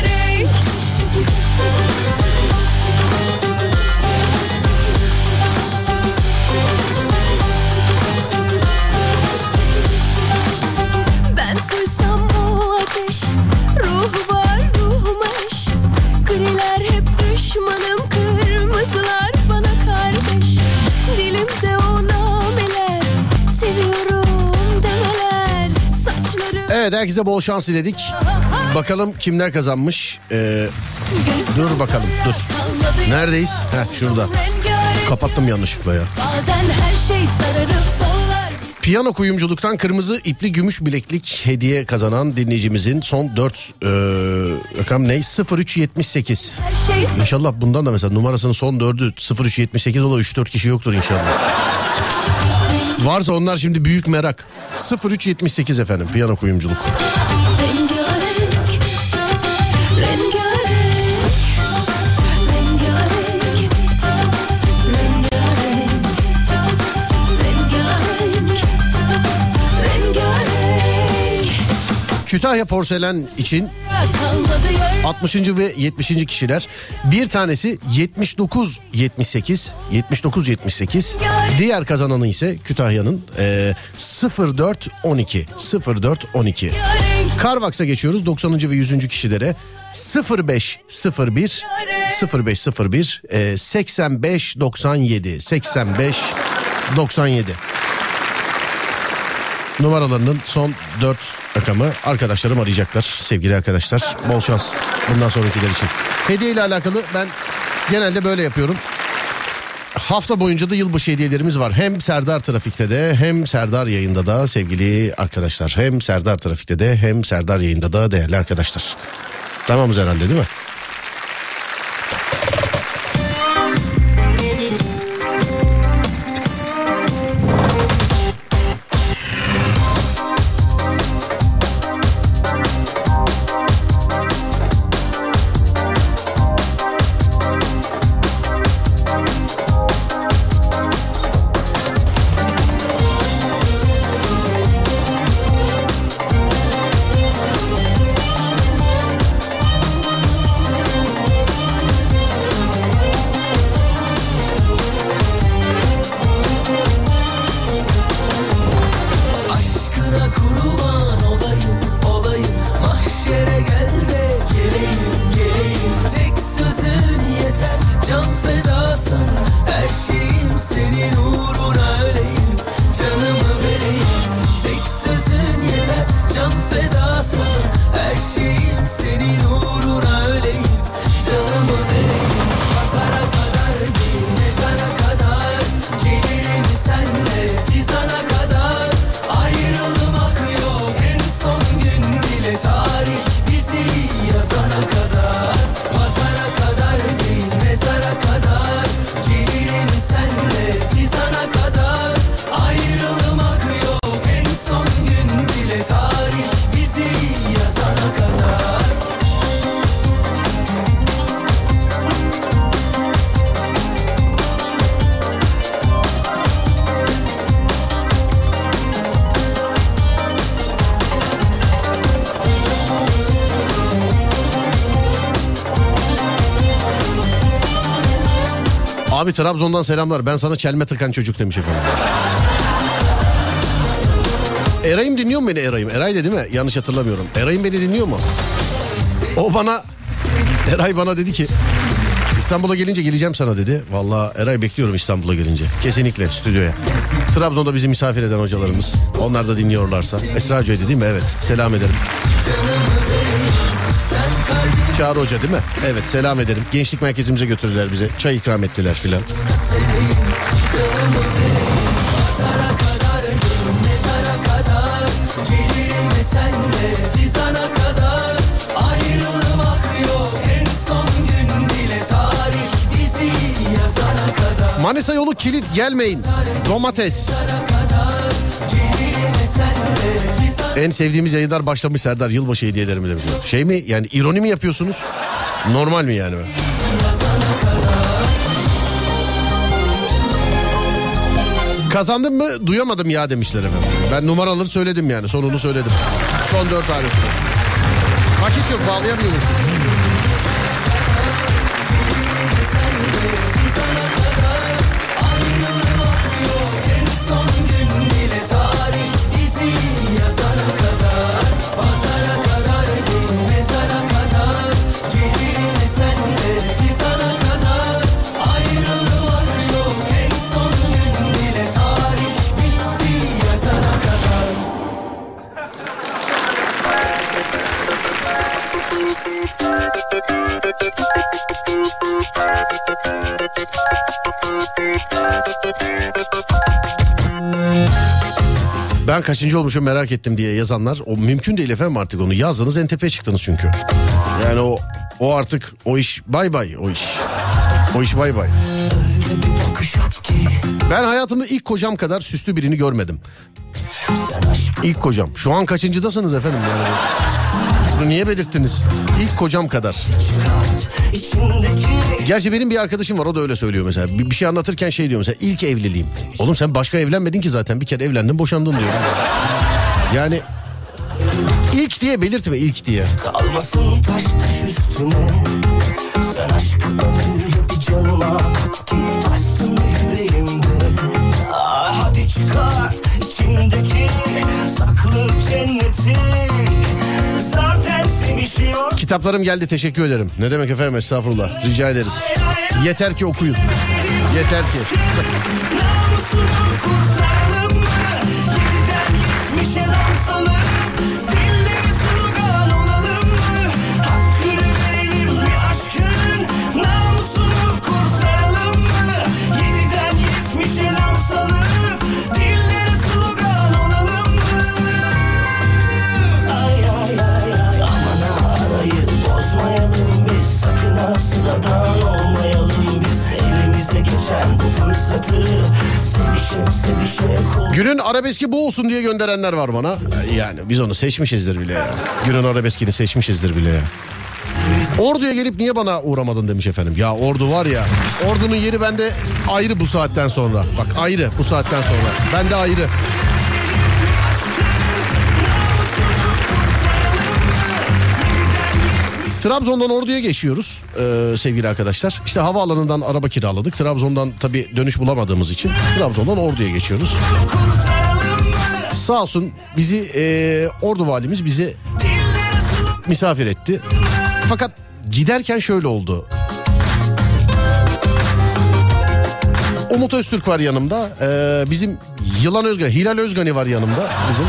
Ben suysam o ateş, ruh var ruhum aş. Griler hep düşmanım, kırmızılar bana kardeş. Dilimde o nameler, seviyorum demeler. Saçlarım... Evet, herkese bol şans diledik. Bakalım kimler kazanmış. Ee, dur bakalım dur. Neredeyiz? Heh, şurada. Kapattım yanlışlıkla ya. Bazen her şey sararıp sollar. Piyano kuyumculuktan kırmızı ipli gümüş bileklik hediye kazanan dinleyicimizin son dört e, rakam ne? sıfır üç yetmiş sekiz. Şey... İnşallah bundan da mesela numarasının son dördü sıfır üç yetmiş sekiz olan üç dört kişi yoktur inşallah. Varsa onlar şimdi büyük merak. sıfır üç yetmiş sekiz efendim, piyano kuyumculuk. Kütahya Porselen için altmışıncı ve yetmişinci kişiler. Bir tanesi yetmiş dokuz yetmiş sekiz yetmiş dokuz yetmiş sekiz. Diğer kazananı ise Kütahya'nın e, sıfır dört on iki sıfır dört on iki. Carvax'a geçiyoruz doksanıncı ve yüzüncü kişilere. sıfır beş sıfır bir sıfır beş sıfır bir e, seksen beş doksan yedi seksen beş doksan yedi. Numaralarının son dört rakamı arkadaşlarım arayacaklar sevgili arkadaşlar. Bol şans bundan sonrakiler için. Hediye ile alakalı ben genelde böyle yapıyorum. Hafta boyunca da yılbaşı hediyelerimiz var. Hem Serdar Trafik'te de hem Serdar Yayında da sevgili arkadaşlar. Hem Serdar Trafik'te de hem Serdar Yayında da değerli arkadaşlar. Tamamız herhalde değil mi? Abi Trabzon'dan selamlar. Ben sana çelme tıkan çocuk demiş efendim. Eray'ım dinliyor mu beni Eray'ım? Eray de değil mi? Yanlış hatırlamıyorum. Eray'ım beni dinliyor mu? O bana, Eray bana dedi ki İstanbul'a gelince geleceğim sana dedi. Vallahi Eray bekliyorum İstanbul'a gelince. Kesinlikle stüdyoya. Trabzon'da bizi misafir eden hocalarımız. Onlar da dinliyorlarsa. Esra Hoca'ydı değil mi? Evet. Selam ederim. Çağrı Hoca değil mi? Evet, selam ederim. Gençlik merkezimize götürdüler bize. Çay ikram ettiler filan. Ayrılmak yok en son gün bile, tarih bizi yazana kadar. Manisa yolu kilit, gelmeyin. Domates. En sevdiğimiz yayınlar başlamış Serdar, yılbaşı hediyelerimi demiş. Şey mi yani, ironi mi yapıyorsunuz? Normal mi yani? Kazandım mı duyamadım ya demişler efendim. Ben numaraları söyledim yani, sonunu söyledim. Son dört tanesi. Vakit yok, bağlayamıyormuşuz. Ben kaçıncı olmuşum merak ettim diye yazanlar, o mümkün değil efendim, artık onu yazdınız en tepeye çıktınız çünkü. Yani o o artık o iş bay bay, o iş. O iş bay bay. Ben hayatımda ilk kocam kadar süslü birini görmedim. İlk kocam. Şu an kaçıncıdasınız efendim yani? Bunu niye belirttiniz? İlk kocam kadar. Gerçi benim bir arkadaşım var, o da öyle söylüyor mesela. Bir, bir şey anlatırken şey diyor mesela, ilk evliliğim. Oğlum sen başka evlenmedin ki zaten, bir kere evlendin boşandın diyor. Yani ilk diye belirtme, ilk diye. Kalmasın taş taş üstüne. Sen aşkı öyle bir canıma kat ki taşsın yüreğimde. Ah, hadi çıkart içimdeki saklı cenneti. Zaten sevişiyor. Kitaplarım geldi, teşekkür ederim. Ne demek efendim, estağfurullah, rica ederiz. Yeter ki okuyun. Yeter ki. Günün arabeski bu olsun diye gönderenler var bana. Yani biz onu seçmişizdir bile ya. Günün arabeskini seçmişizdir bile ya. Ordu'ya gelip niye bana uğramadın demiş efendim. Ya Ordu var ya, Ordu'nun yeri bende ayrı bu saatten sonra. Bak ayrı bu saatten sonra. Bende ayrı. Trabzon'dan Ordu'ya geçiyoruz ee, sevgili arkadaşlar. İşte havaalanından araba kiraladık. Trabzon'dan tabii dönüş bulamadığımız için Trabzon'dan Ordu'ya geçiyoruz. Sağ olsun bizi e, Ordu valimiz bizi misafir etti. Fakat giderken şöyle oldu. Umut Öztürk var yanımda. Ee, bizim Yılan Özgani, Hilal Özgani var yanımda bizim.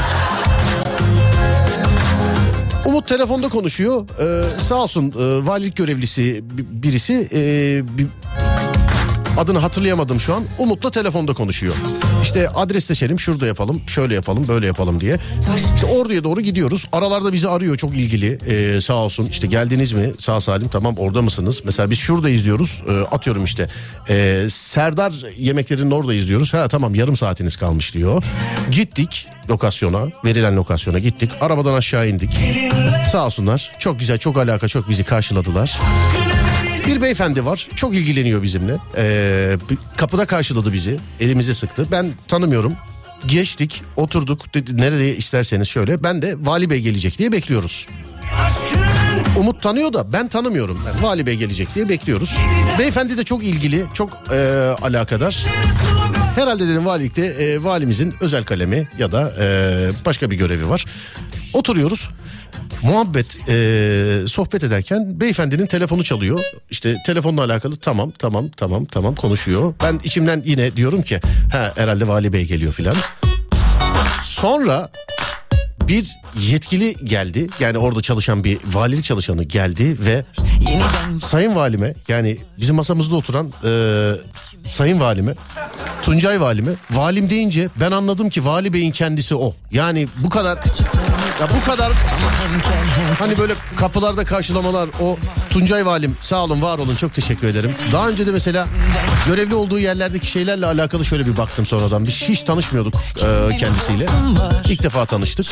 Umut telefonda konuşuyor. Ee, sağ olsun e, valilik görevlisi birisi, e, bir, adını hatırlayamadım şu an. Umut'la telefonda konuşuyor. İşte adresleşelim, şurada yapalım, şöyle yapalım, böyle yapalım diye. İşte Ordu'ya doğru gidiyoruz. Aralarda bizi arıyor, çok ilgili. Ee, sağ olsun, işte geldiniz mi? Sağ salim, tamam, orada mısınız? Mesela biz şurada izliyoruz. Ee, atıyorum işte. Ee, Serdar yemeklerinin orada izliyoruz. Ha tamam, yarım saatiniz kalmış diyor. Gittik lokasyona, verilen lokasyona gittik. Arabadan aşağı indik. Sağ olsunlar. Çok güzel, çok alaka, çok bizi karşıladılar. Bir beyefendi var, çok ilgileniyor bizimle. Ee, kapıda karşıladı bizi, elimizi sıktı. Ben tanımıyorum. Geçtik, oturduk, dedi nereye isterseniz şöyle. Ben de Vali Bey gelecek diye bekliyoruz. Umut tanıyor da ben tanımıyorum. Yani Vali Bey gelecek diye bekliyoruz. Beyefendi de çok ilgili, çok e, alakadar. Herhalde dedim valilikte e, valimizin özel kalemi ya da e, başka bir görevi var. Oturuyoruz. Muhabbet, e, sohbet ederken beyefendinin telefonu çalıyor. İşte telefonla alakalı tamam tamam tamam tamam konuşuyor. Ben içimden yine diyorum ki ha herhalde Vali Bey geliyor filan. Sonra bir yetkili geldi. Yani orada çalışan bir valilik çalışanı geldi ve yeniden sayın valime, yani bizim masamızda oturan e, sayın valime, Tuncay valime, valim deyince ben anladım ki Vali Bey'in kendisi o. Yani bu kadar Ya bu kadar hani böyle kapılarda karşılamalar, o Tuncay Valim sağ olun var olun, çok teşekkür ederim. Daha önce de mesela görevli olduğu yerlerdeki şeylerle alakalı şöyle bir baktım sonradan. Biz hiç tanışmıyorduk e, kendisiyle. İlk defa tanıştık.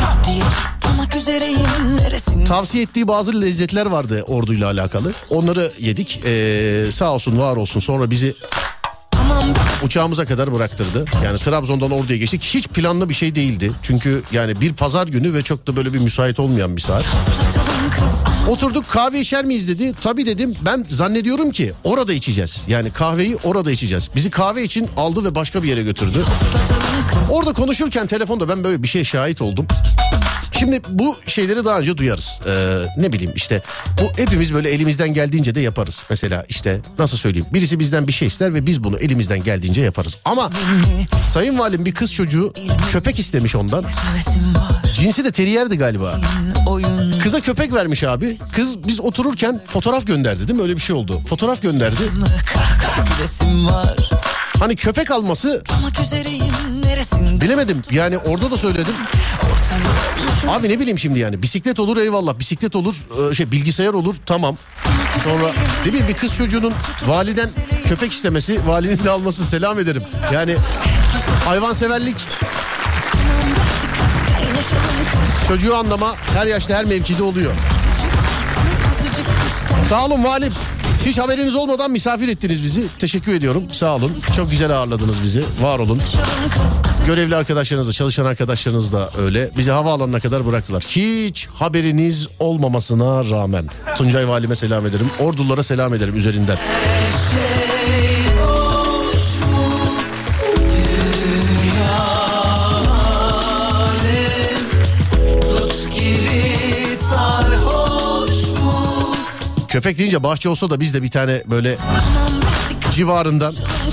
Tavsiye ettiği bazı lezzetler vardı orduyla alakalı. Onları yedik. Ee, sağ olsun var olsun, sonra bizi uçağımıza kadar bıraktırdı. Yani Trabzon'dan Ordu'ya geçtik. Hiç planlı bir şey değildi. Çünkü yani bir pazar günü ve çok da böyle bir müsait olmayan bir saat. Oturduk, kahve içer miyiz dedi. Tabii dedim, ben zannediyorum ki orada içeceğiz. Yani kahveyi orada içeceğiz. Bizi kahve için aldı ve başka bir yere götürdü. Orada konuşurken telefonda ben böyle bir şeye şahit oldum. Şimdi bu şeyleri daha önce duyarız. Ee, ne bileyim işte bu hepimiz böyle elimizden geldiğince de yaparız. Mesela işte nasıl söyleyeyim, birisi bizden bir şey ister ve biz bunu elimizden geldiğince yaparız. Ama Sayın Valim bir kız çocuğu köpek istemiş ondan. Cinsi de teriyerdi galiba. Kıza köpek vermiş abi. Kız biz otururken fotoğraf gönderdi, değil mi? Öyle bir şey oldu. Fotoğraf gönderdi. Hani köpek alması bilemedim. Yani orada da söyledim. Abi ne bileyim şimdi yani. Bisiklet olur eyvallah. Bisiklet olur, şey bilgisayar olur, tamam. Sonra ne bileyim bir kız çocuğunun validen köpek istemesi, valinin de alması, selam ederim. Yani hayvanseverlik, çocuğu anlama her yaşta her mevkide oluyor. Sağ olun valim. Hiç haberiniz olmadan misafir ettiniz bizi. Teşekkür ediyorum. Sağ olun. Çok güzel ağırladınız bizi. Var olun. Görevli arkadaşlarınız da, çalışan arkadaşlarınız da öyle. Bizi havaalanına kadar bıraktılar. Hiç haberiniz olmamasına rağmen. Tuncay Valime selam ederim. Ordulara selam ederim üzerinden. Köpek deyince bahçe olsa da biz de bir tane böyle civarından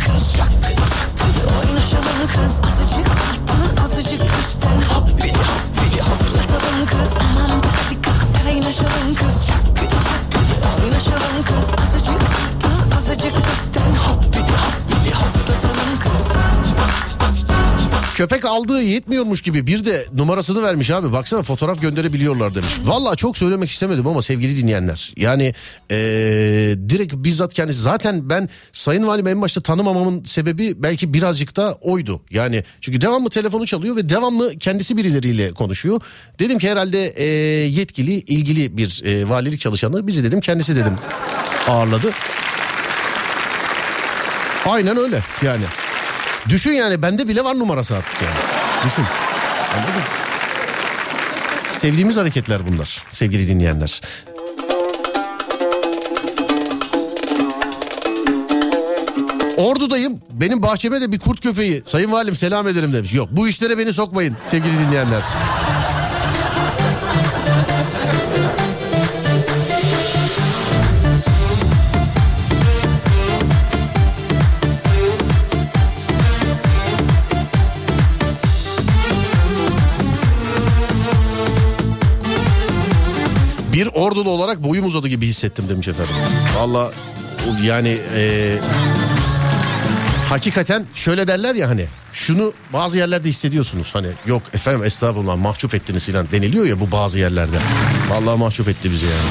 köpek aldığı yetmiyormuş gibi bir de numarasını vermiş abi. Baksana fotoğraf gönderebiliyorlar demiş. Vallahi çok söylemek istemedim ama sevgili dinleyenler. Yani ee, direkt bizzat kendisi. Zaten ben Sayın Valim en başta tanımamamın sebebi belki birazcık da oydu. Yani çünkü devamlı telefonu çalıyor ve devamlı kendisi birileriyle konuşuyor. Dedim ki herhalde ee, yetkili, ilgili bir ee, valilik çalışanı bizi dedim kendisi dedim ağırladı. Aynen öyle yani. Düşün yani, bende bile var numarası artık yani. Düşün. Anladın? Sevdiğimiz hareketler bunlar sevgili dinleyenler. Ordu'dayım. Benim bahçeme de bir kurt köpeği. Sayın Valim selam ederim demiş. Yok, bu işlere beni sokmayın sevgili dinleyenler. Bir Ordulu olarak boyum uzadı gibi hissettim demiş efendim. Vallahi yani e, hakikaten şöyle derler ya, hani şunu bazı yerlerde hissediyorsunuz. Hani yok efendim estağfurullah mahcup ettiniz filan deniliyor ya bu bazı yerlerde. Vallahi mahcup etti bizi yani.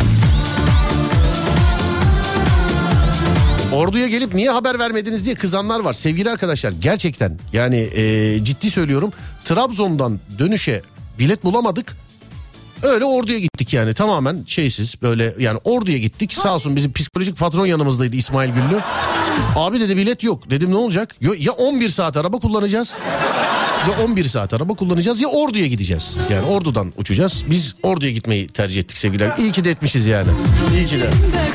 Ordu'ya gelip niye haber vermediniz diye kızanlar var. Sevgili arkadaşlar gerçekten yani e, ciddi söylüyorum. Trabzon'dan dönüşe bilet bulamadık. Öyle Ordu'ya gittik yani, tamamen şeysiz böyle yani Ordu'ya gittik. Sağ olsun bizim psikolojik patron yanımızdaydı, İsmail Güllü. Abi dedi bilet yok. Dedim ne olacak? Ya on bir saat araba kullanacağız. Ya on bir saat araba kullanacağız ya Ordu'ya gideceğiz. Yani Ordu'dan uçacağız. Biz Ordu'ya gitmeyi tercih ettik sevgiler. İyi ki de etmişiz yani. İyi ki de.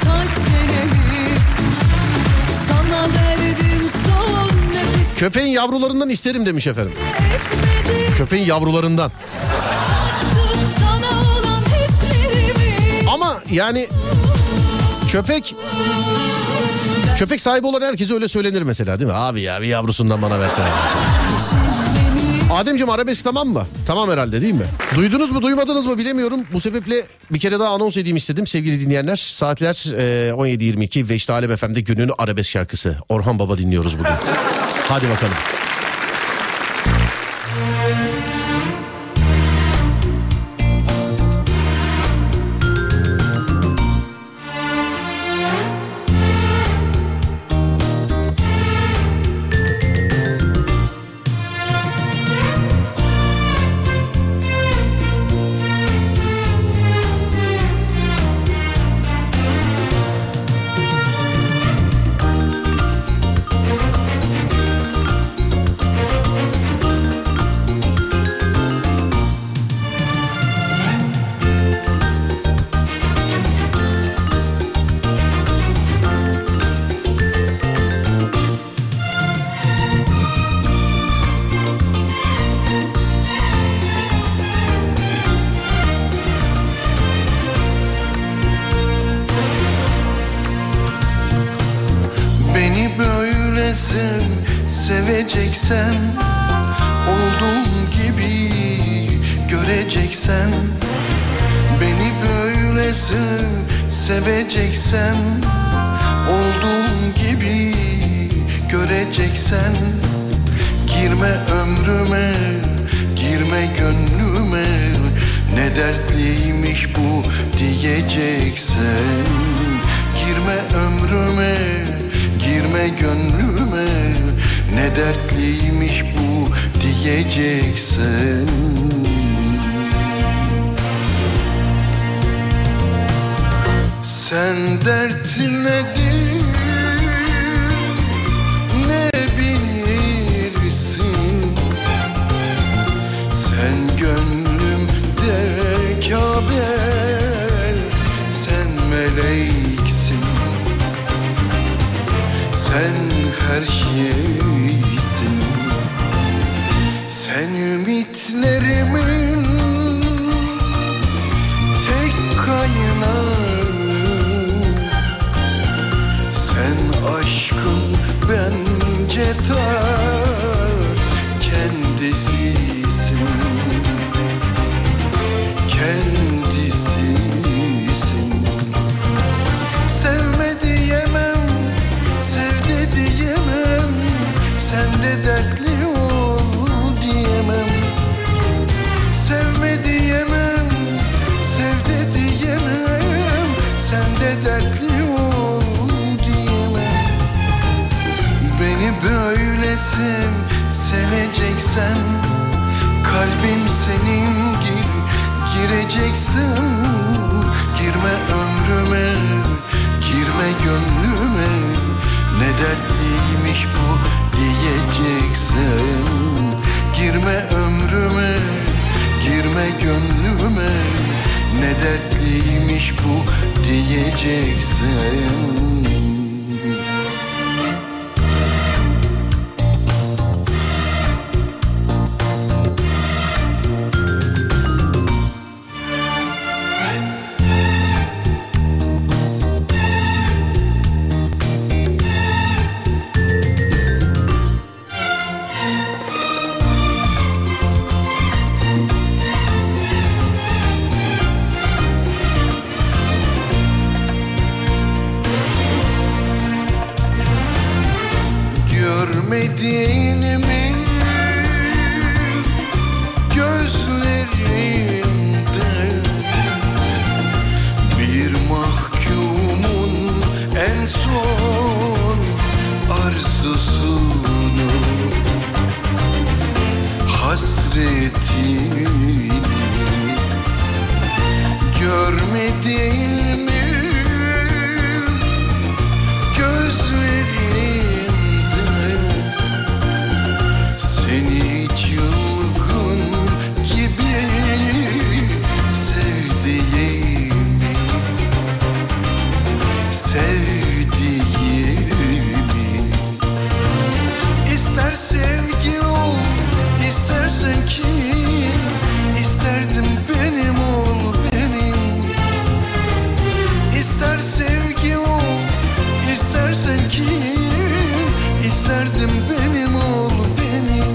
Köpeğin yavrularından isterim demiş efendim. Köpeğin yavrularından. Ama yani köpek köpek sahibi olan herkese öyle söylenir mesela, değil mi? Abi ya bir yavrusundan bana versene. Ademciğim arabesk tamam mı? Tamam herhalde değil mi? Duydunuz mu duymadınız mı bilemiyorum. Bu sebeple bir kere daha anons edeyim istedim sevgili dinleyenler. Saatler e, on yedi yirmi iki ve işte Alem F M'de günün arabesk şarkısı. Orhan Baba dinliyoruz bugün. Hadi bakalım. böyle sev, seveceksen, olduğum gibi göreceksen, beni böyle sev, seveceksen, olduğum gibi göreceksen, girme ömrüme, girme gönlüme, ne dertliymiş bu diyeceksen, girme ömrüme, girme gönlüme, ne dertliymiş bu diyeceksen. Sen dertin nedir, ne bilirsin, sen gönlümde Kabe, sen meleksin, sen her şeysin, sen ümitlerimin tek kaynağı, sen aşkın bence ta kendisisin, kendisisin. Sevme diyemem, sevdi diyemem, sen de dertli ol diyemem. Sevme diyemem, sevdi diyemem, sen de dertli ol diyemem. Beni böyle sev, seveceksen, kalbim senin gir, gireceksin. Girme ömrüme, girme gönlüme, ne dertliymiş bu diyeceksin. Girme ömrüme, girme gönlüme, ne dertliymiş bu diyeceksin. Görmediğimi gözlerimde, bir mahkumun en son arzusunu, hasretini, görmediğimi gözlerimde, seni çılgın gibi sevdiğimi, sevdiğimi. İster sevgi ol, istersen kim, isterdim benim ol benim. İster sevgi ol, istersen kim, isterdim benim ol benim.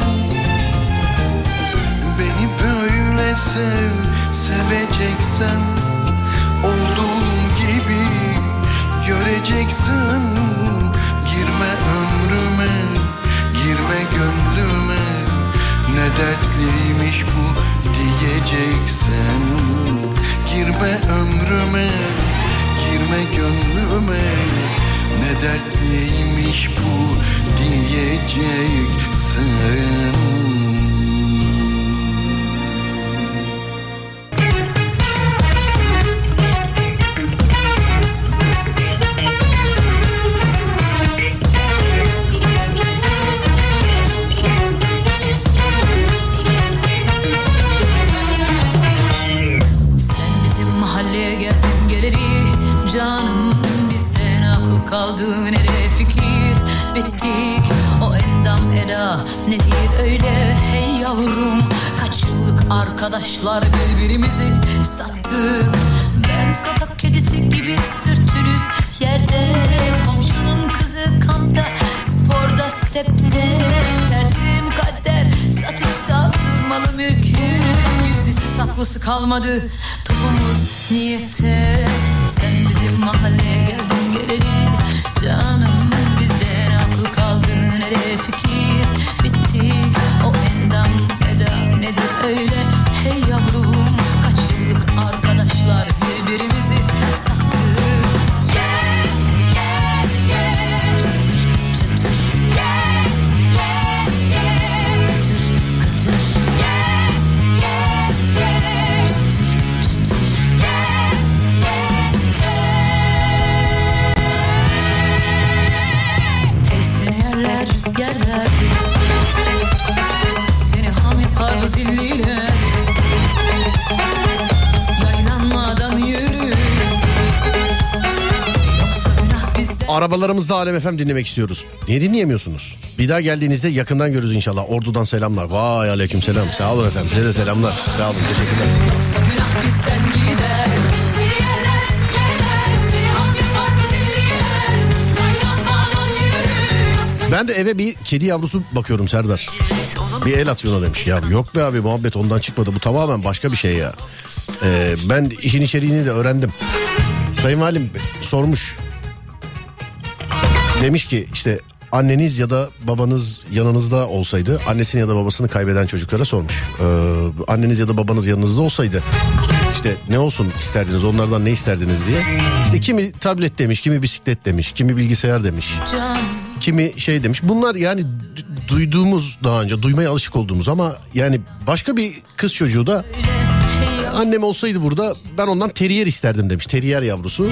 Beni böyle sev, seveceksen, olduğum gibi göreceksin. Girme ömrüme, girme gönlüme, ne dertliymiş bu diyeceksin. Girme ömrüme, girme gönlüme, ne dertliymiş bu diyeceksin. Canım bizden akıl kaldı nereye fikir, bittik o endam ela nedir öyle hey yavrum. Kaç yıllık arkadaşlar birbirimizi sattık. Ben sokak kedisi gibi sürtünüp yerde, komşunun kızı kampta sporda havası kalmadı. Topumuz niyette. Sen bizim mahalleye geldin geleli. Canım bizde ne akıl kaldı ne de fikir. Bittik o endam eda nedir öyle. Hey yavrum kaç yıllık arkadaşlar birbirimizi sattık. Yeah, yeah, yeah. Çıtır, çıtır. Yeah, yeah, yeah. Kıtır, kıtır. Yeah, yeah, yeah. Çıtır, çıtır. Yeah, yeah, yeah. Hey seni yerler yerler. Seni ham yapar bu zilliler. Yaylanmadan yürü. Yoksa günah bizde. Arabalarımızda Alem F M dinlemek istiyoruz. Niye dinleyemiyorsunuz? Bir daha geldiğinizde yakından görürüz inşallah. Ordu'dan selamlar. Vay aleyküm selam. Sağ olun efendim. Size de selamlar. Sağ olun. Teşekkürler. Yoksa günah bizden gider. Seni yerler yerler. Seni ham yapar bu zilliler. Yaylanmadan yürü. Ben de eve bir kedi yavrusu bakıyorum Serdar. Bir el atıyor ona demiş. Ya yok be abi muhabbet ondan çıkmadı. Bu tamamen başka bir şey ya. Ee, ben işin içeriğini de öğrendim. Sayın Valim sormuş. Demiş ki işte anneniz ya da babanız yanınızda olsaydı, annesini ya da babasını kaybeden çocuklara sormuş. Ee, anneniz ya da babanız yanınızda olsaydı işte ne olsun isterdiniz, onlardan ne isterdiniz diye. İşte kimi tablet demiş, kimi bisiklet demiş, kimi bilgisayar demiş. Kimi şey demiş. Bunlar yani d- duyduğumuz daha önce, duymaya alışık olduğumuz ama yani başka bir kız çocuğu da annem olsaydı burada ben ondan terrier isterdim demiş. Terrier yavrusu.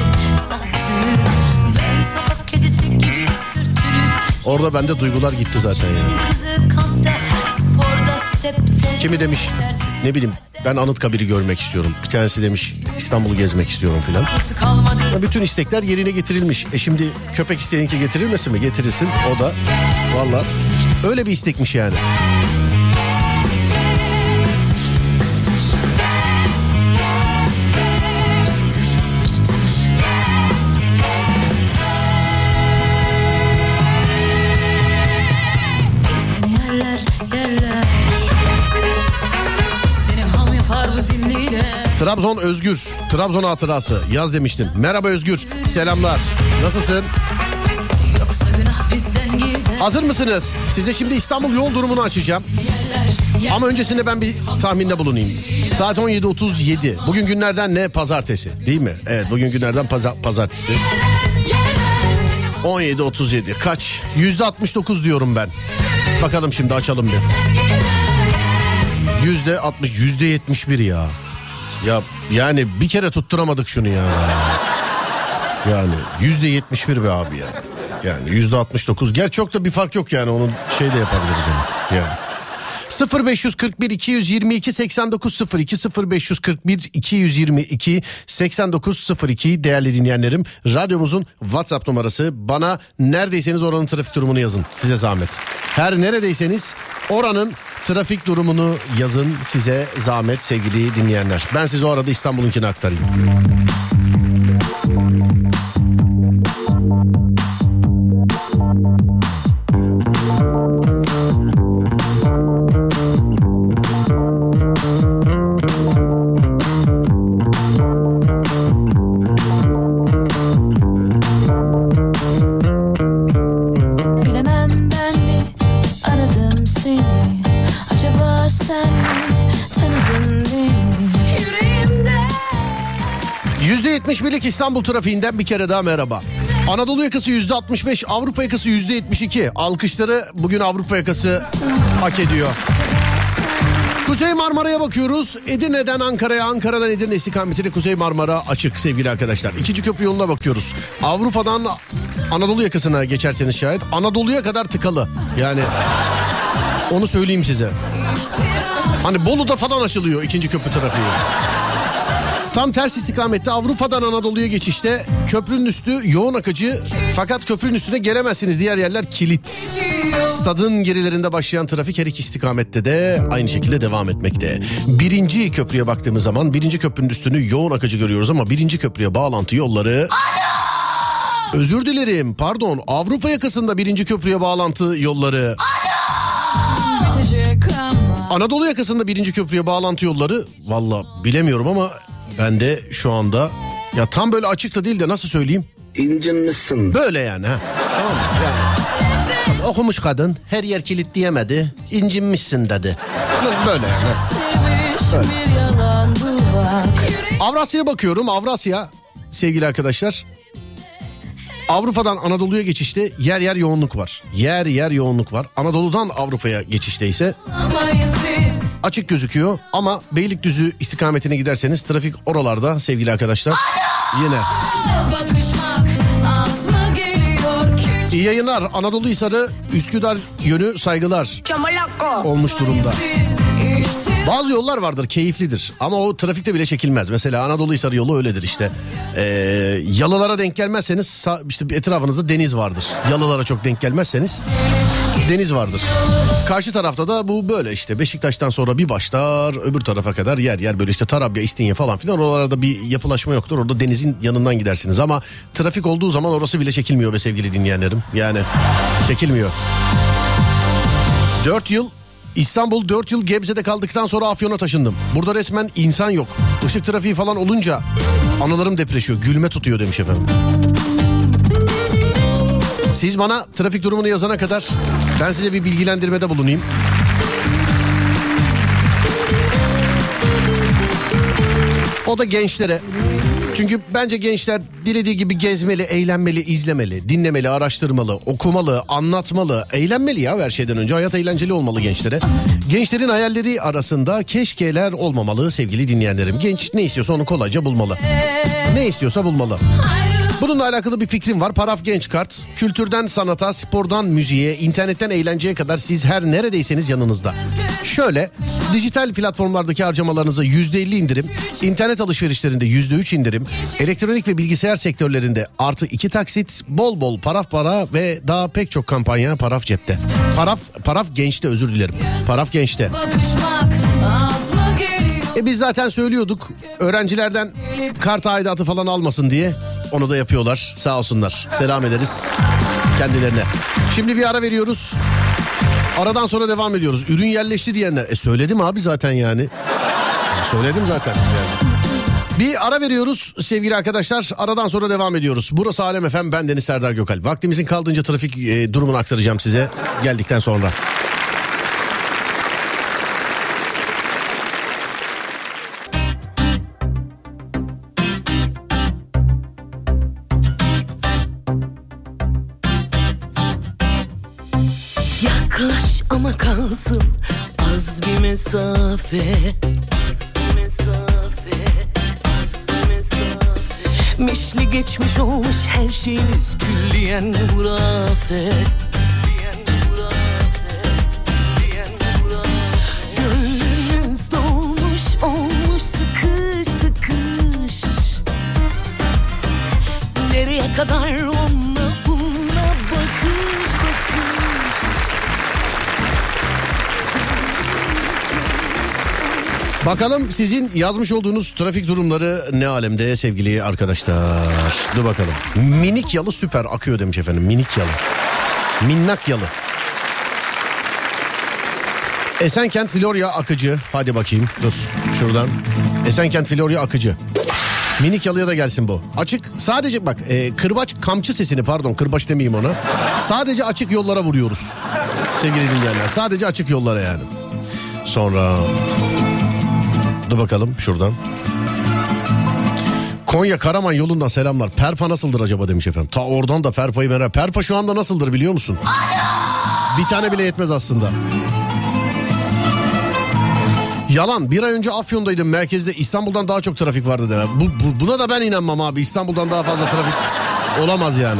Ben sokak kedisi gibi sürtünüp. Orada bende duygular gitti zaten yani. Kızı kampta sporda stepte. Kimi demiş ne bileyim ben Anıtkabir'i görmek istiyorum. Bir tanesi demiş İstanbul'u gezmek istiyorum filan. Kalmadı. Bütün istekler yerine getirilmiş. E şimdi köpek isteyenki getirilmesin mi? Getirilsin o da. Valla öyle bir istekmiş yani. Seni yerler yerler. Seni ham yapar bu zilliler. Trabzon Özgür. Trabzon hatırası. Yaz demiştim. Merhaba Özgür. Selamlar. Nasılsın? Yoksa günah bizden gider. Hazır mısınız? Size şimdi İstanbul yol durumunu açacağım. Ama öncesinde ben bir tahminde bulunayım. Saat on yedi otuz yedi. Bugün günlerden ne? Pazartesi. Değil mi? Evet bugün günlerden paza- pazartesi. on yedi otuz yedi. Kaç? yüzde altmış dokuz diyorum ben. Bakalım şimdi açalım bir. yüzde altmış, yüzde yetmiş bir ya. Ya yani bir kere tutturamadık şunu ya. Yani yüzde yetmiş bir be abi ya. Yani yüzde altmış dokuz. Gerçi çok da bir fark yok yani. Onun şey de yapabiliriz onu. Yani. sıfır beş kırk bir iki yüz yirmi iki seksen dokuz sıfır iki sıfır beş kırk bir iki yüz yirmi iki seksen dokuz sıfır iki değerli dinleyenlerim, radyomuzun WhatsApp numarası. Bana neredeyseniz oranın trafik durumunu yazın size zahmet. Her neredeyseniz oranın trafik durumunu yazın size zahmet sevgili dinleyenler. Ben size o arada İstanbul'unkini aktarayım. Bilemem ben mi aradım seni, acaba sen mi tanıdın beni yüreğimde. yüzde yetmiş birlik İstanbul trafiğinden bir kere daha merhaba. Anadolu yakası yüzde altmış beş, Avrupa yakası yüzde yetmiş iki. Alkışları bugün Avrupa yakası hak ediyor. Kuzey Marmara'ya bakıyoruz. Edirne'den Ankara'ya, Ankara'dan Edirne istikametine Kuzey Marmara açık sevgili arkadaşlar. İkinci köprü yoluna bakıyoruz. Avrupa'dan Anadolu yakasına geçerseniz şayet Anadolu'ya kadar tıkalı. Yani onu söyleyeyim size. Hani Bolu'da falan açılıyor ikinci köprü trafiği. Tam ters istikamette Avrupa'dan Anadolu'ya geçişte köprünün üstü yoğun akıcı, fakat köprünün üstüne gelemezsiniz. Diğer yerler kilit. Stadın gerilerinde başlayan trafik her iki istikamette de aynı şekilde devam etmekte. Birinci köprüye baktığımız zaman birinci köprünün üstünü yoğun akıcı görüyoruz ama birinci köprüye bağlantı yolları... Ana! Özür dilerim, pardon, Avrupa yakasında birinci köprüye bağlantı yolları... Bitecek ama Anadolu yakasında birinci köprüye bağlantı yolları valla bilemiyorum ama ben de şu anda ya tam böyle açık da değil de nasıl söyleyeyim? İncinmişsin. Böyle yani ha. Tamam mı? Yani. Okumuş kadın her yer kilitleyemedi. İncinmişsin dedi. Böyle yani. Böyle. Bir yalan bu bak. Avrasya'ya bakıyorum. Avrasya sevgili arkadaşlar. Avrupa'dan Anadolu'ya geçişte yer yer yoğunluk var. Yer yer yoğunluk var. Anadolu'dan Avrupa'ya geçişte ise açık gözüküyor. Ama Beylikdüzü istikametine giderseniz trafik oralarda sevgili arkadaşlar. Yine. Bakışmak az mı geliyor ki? İyi yayınlar. Anadolu Hisarı Üsküdar yönü saygılar. Olmuş durumda. Bazı yollar vardır keyiflidir ama o trafikte bile çekilmez. Mesela Anadolu Hisarı yolu öyledir işte. Ee, yalılara denk gelmezseniz sağ, işte etrafınızda deniz vardır. Yalılara çok denk gelmezseniz deniz vardır. Karşı tarafta da bu böyle işte Beşiktaş'tan sonra bir başlar öbür tarafa kadar yer yer böyle işte Tarabya, İstinye falan filan oralarda bir yapılaşma yoktur. Orada denizin yanından gidersiniz ama trafik olduğu zaman orası bile çekilmiyor be sevgili dinleyenlerim. Yani çekilmiyor. Dört yıl İstanbul, dört yıl Gebze'de kaldıktan sonra Afyon'a taşındım. Burada resmen insan yok. Işık trafiği falan olunca anılarım depreşiyor. Gülme tutuyor demiş efendim. Siz bana trafik durumunu yazana kadar ben size bir bilgilendirmede bulunayım. O da gençlere. Çünkü bence gençler dilediği gibi gezmeli, eğlenmeli, izlemeli, dinlemeli, araştırmalı, okumalı, anlatmalı, eğlenmeli ya her şeyden önce. Hayat eğlenceli olmalı gençlere. Gençlerin hayalleri arasında keşkeler olmamalı sevgili dinleyenlerim. Genç ne istiyorsa onu kolayca bulmalı. Ne istiyorsa bulmalı. Bununla alakalı bir fikrim var. Paraf Genç Kart. Kültürden sanata, spordan müziğe, internetten eğlenceye kadar siz her neredeyseniz yanınızda. Şöyle, dijital platformlardaki harcamalarınıza yüzde elli indirim, internet alışverişlerinde yüzde üç indirim, elektronik ve bilgisayar sektörlerinde artı iki taksit, bol bol paraf para ve daha pek çok kampanya Paraf Cep'te. Paraf, Paraf Genç'te özür dilerim. Paraf Genç'te. E biz zaten söylüyorduk öğrencilerden kart aidatı falan almasın diye. Onu da yapıyorlar sağ olsunlar. Selam ederiz kendilerine. Şimdi bir ara veriyoruz. Aradan sonra devam ediyoruz. Ürün yerleşti diyenler. E söyledim abi zaten yani. Söyledim zaten yani. Bir ara veriyoruz sevgili arkadaşlar. Aradan sonra devam ediyoruz. Burası Alem Efem, ben Deniz Serdar Gökalp. Vaktimizin kaldığınca trafik e, durumunu aktaracağım size geldikten sonra. Yaklaş ama kalsın az bir mesafe. Az bir mesafe, az bir mesafe. Meşli geçmiş olmuş her şeyimiz külliyen hurafe. Gönlümüz dolmuş olmuş sıkış sıkış. Nereye kadar onunla bununla bakış bakış. Bakalım sizin yazmış olduğunuz trafik durumları ne alemde sevgili arkadaşlar. Dur bakalım. Minik yalı süper akıyor demiş efendim. Minik yalı. Minnak yalı. Esenkent Florya akıcı. Hadi bakayım dur şuradan. Esenkent Florya akıcı. Minik yalıya da gelsin bu. Açık sadece bak e, kırbaç kamçı sesini pardon kırbaç demeyeyim ona. Sadece açık yollara vuruyoruz. Sevgili dinleyenler sadece açık yollara yani. Sonra... Dur bakalım şuradan. Konya Karaman yolundan selamlar. Perpa nasıldır acaba demiş efendim. Ta oradan da Perpa'yı merak. Perpa şu anda nasıldır biliyor musun? Bir tane bile yetmez aslında. Yalan. Bir ay önce Afyon'daydım merkezde. İstanbul'dan daha çok trafik vardı deme. Bu, bu, buna da ben inanmam abi. İstanbul'dan daha fazla trafik olamaz yani.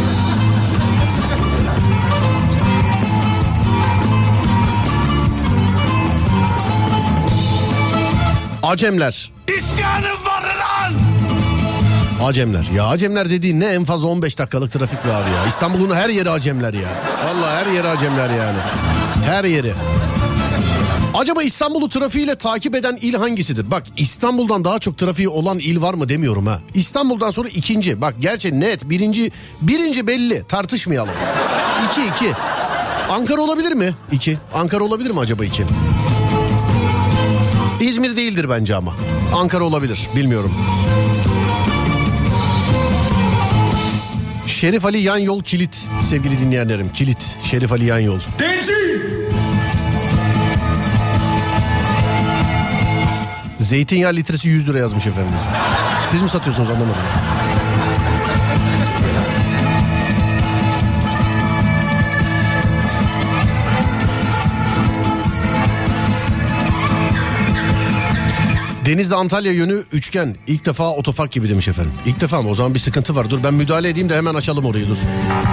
Acemler. İsyanım var lan! Acemler. Ya Acemler dediğin ne en fazla on beş dakikalık trafik be abi ya. İstanbul'un her yeri Acemler ya. Vallahi her yeri Acemler yani. Her yeri. Acaba İstanbul'u trafiğiyle takip eden il hangisidir? Bak İstanbul'dan daha çok trafiği olan il var mı demiyorum ha. İstanbul'dan sonra ikinci. Bak gerçi net birinci. Birinci belli tartışmayalım. İki iki. Ankara olabilir mi? İki. Ankara olabilir mi acaba iki? İzmir değildir bence ama. Ankara olabilir, bilmiyorum. Şerif Ali Yan Yol Kilit sevgili dinleyenlerim. Kilit. Şerif Ali Yan Yol. Denci! Zeytinyağı litresi yüz lira yazmış efendim. Siz mi satıyorsunuz anlamadım. Denizli Antalya yönü üçgen. İlk defa otopark gibi demiş efendim. İlk defa mı? O zaman bir sıkıntı var. Dur ben müdahale edeyim de hemen açalım orayı, dur.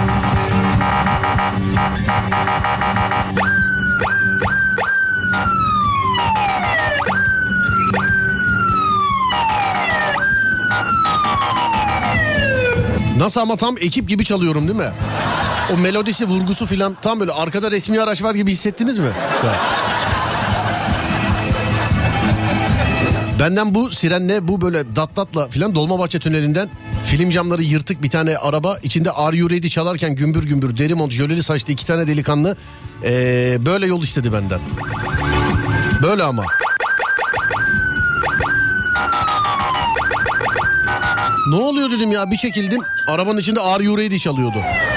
Nasıl ama tam ekip gibi çalıyorum değil mi? O melodisi, vurgusu filan tam böyle arkada resmi araç var gibi hissettiniz mi? Benden bu sirenle, bu böyle dat datla filan Dolmabahçe tünelinden film camları yırtık bir tane araba, içinde Are You Ready çalarken gümbür gümbür deri mont jöleli saçlı iki tane delikanlı ee, böyle yol istedi benden. Böyle ama. Ne oluyor dedim ya, bir çekildim arabanın içinde Are You Ready çalıyordu.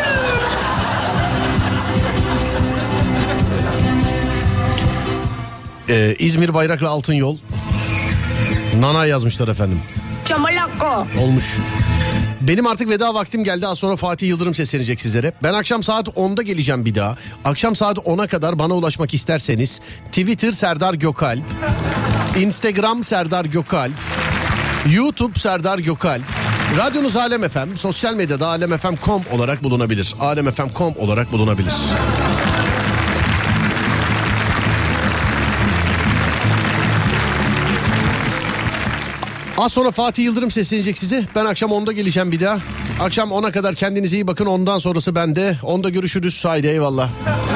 Ee, İzmir Bayraklı Altın Yol. Nana yazmışlar efendim. Çamalakko. Olmuş. Benim artık veda vaktim geldi. Az sonra Fatih Yıldırım seslenecek sizlere. Ben akşam saat onda geleceğim bir daha. Akşam saat ona kadar bana ulaşmak isterseniz Twitter Serdar Gökalp, Instagram Serdar Gökalp, YouTube Serdar Gökalp, radyonuz Alem F M, sosyal medyada alem f m nokta com olarak bulunabilir. alem f m nokta com olarak bulunabilir. Az sonra Fatih Yıldırım seslenecek size. Ben akşam onda geleceğim bir daha. Akşam ona kadar kendinize iyi bakın. Ondan sonrası bende. Onda görüşürüz. Haydi eyvallah.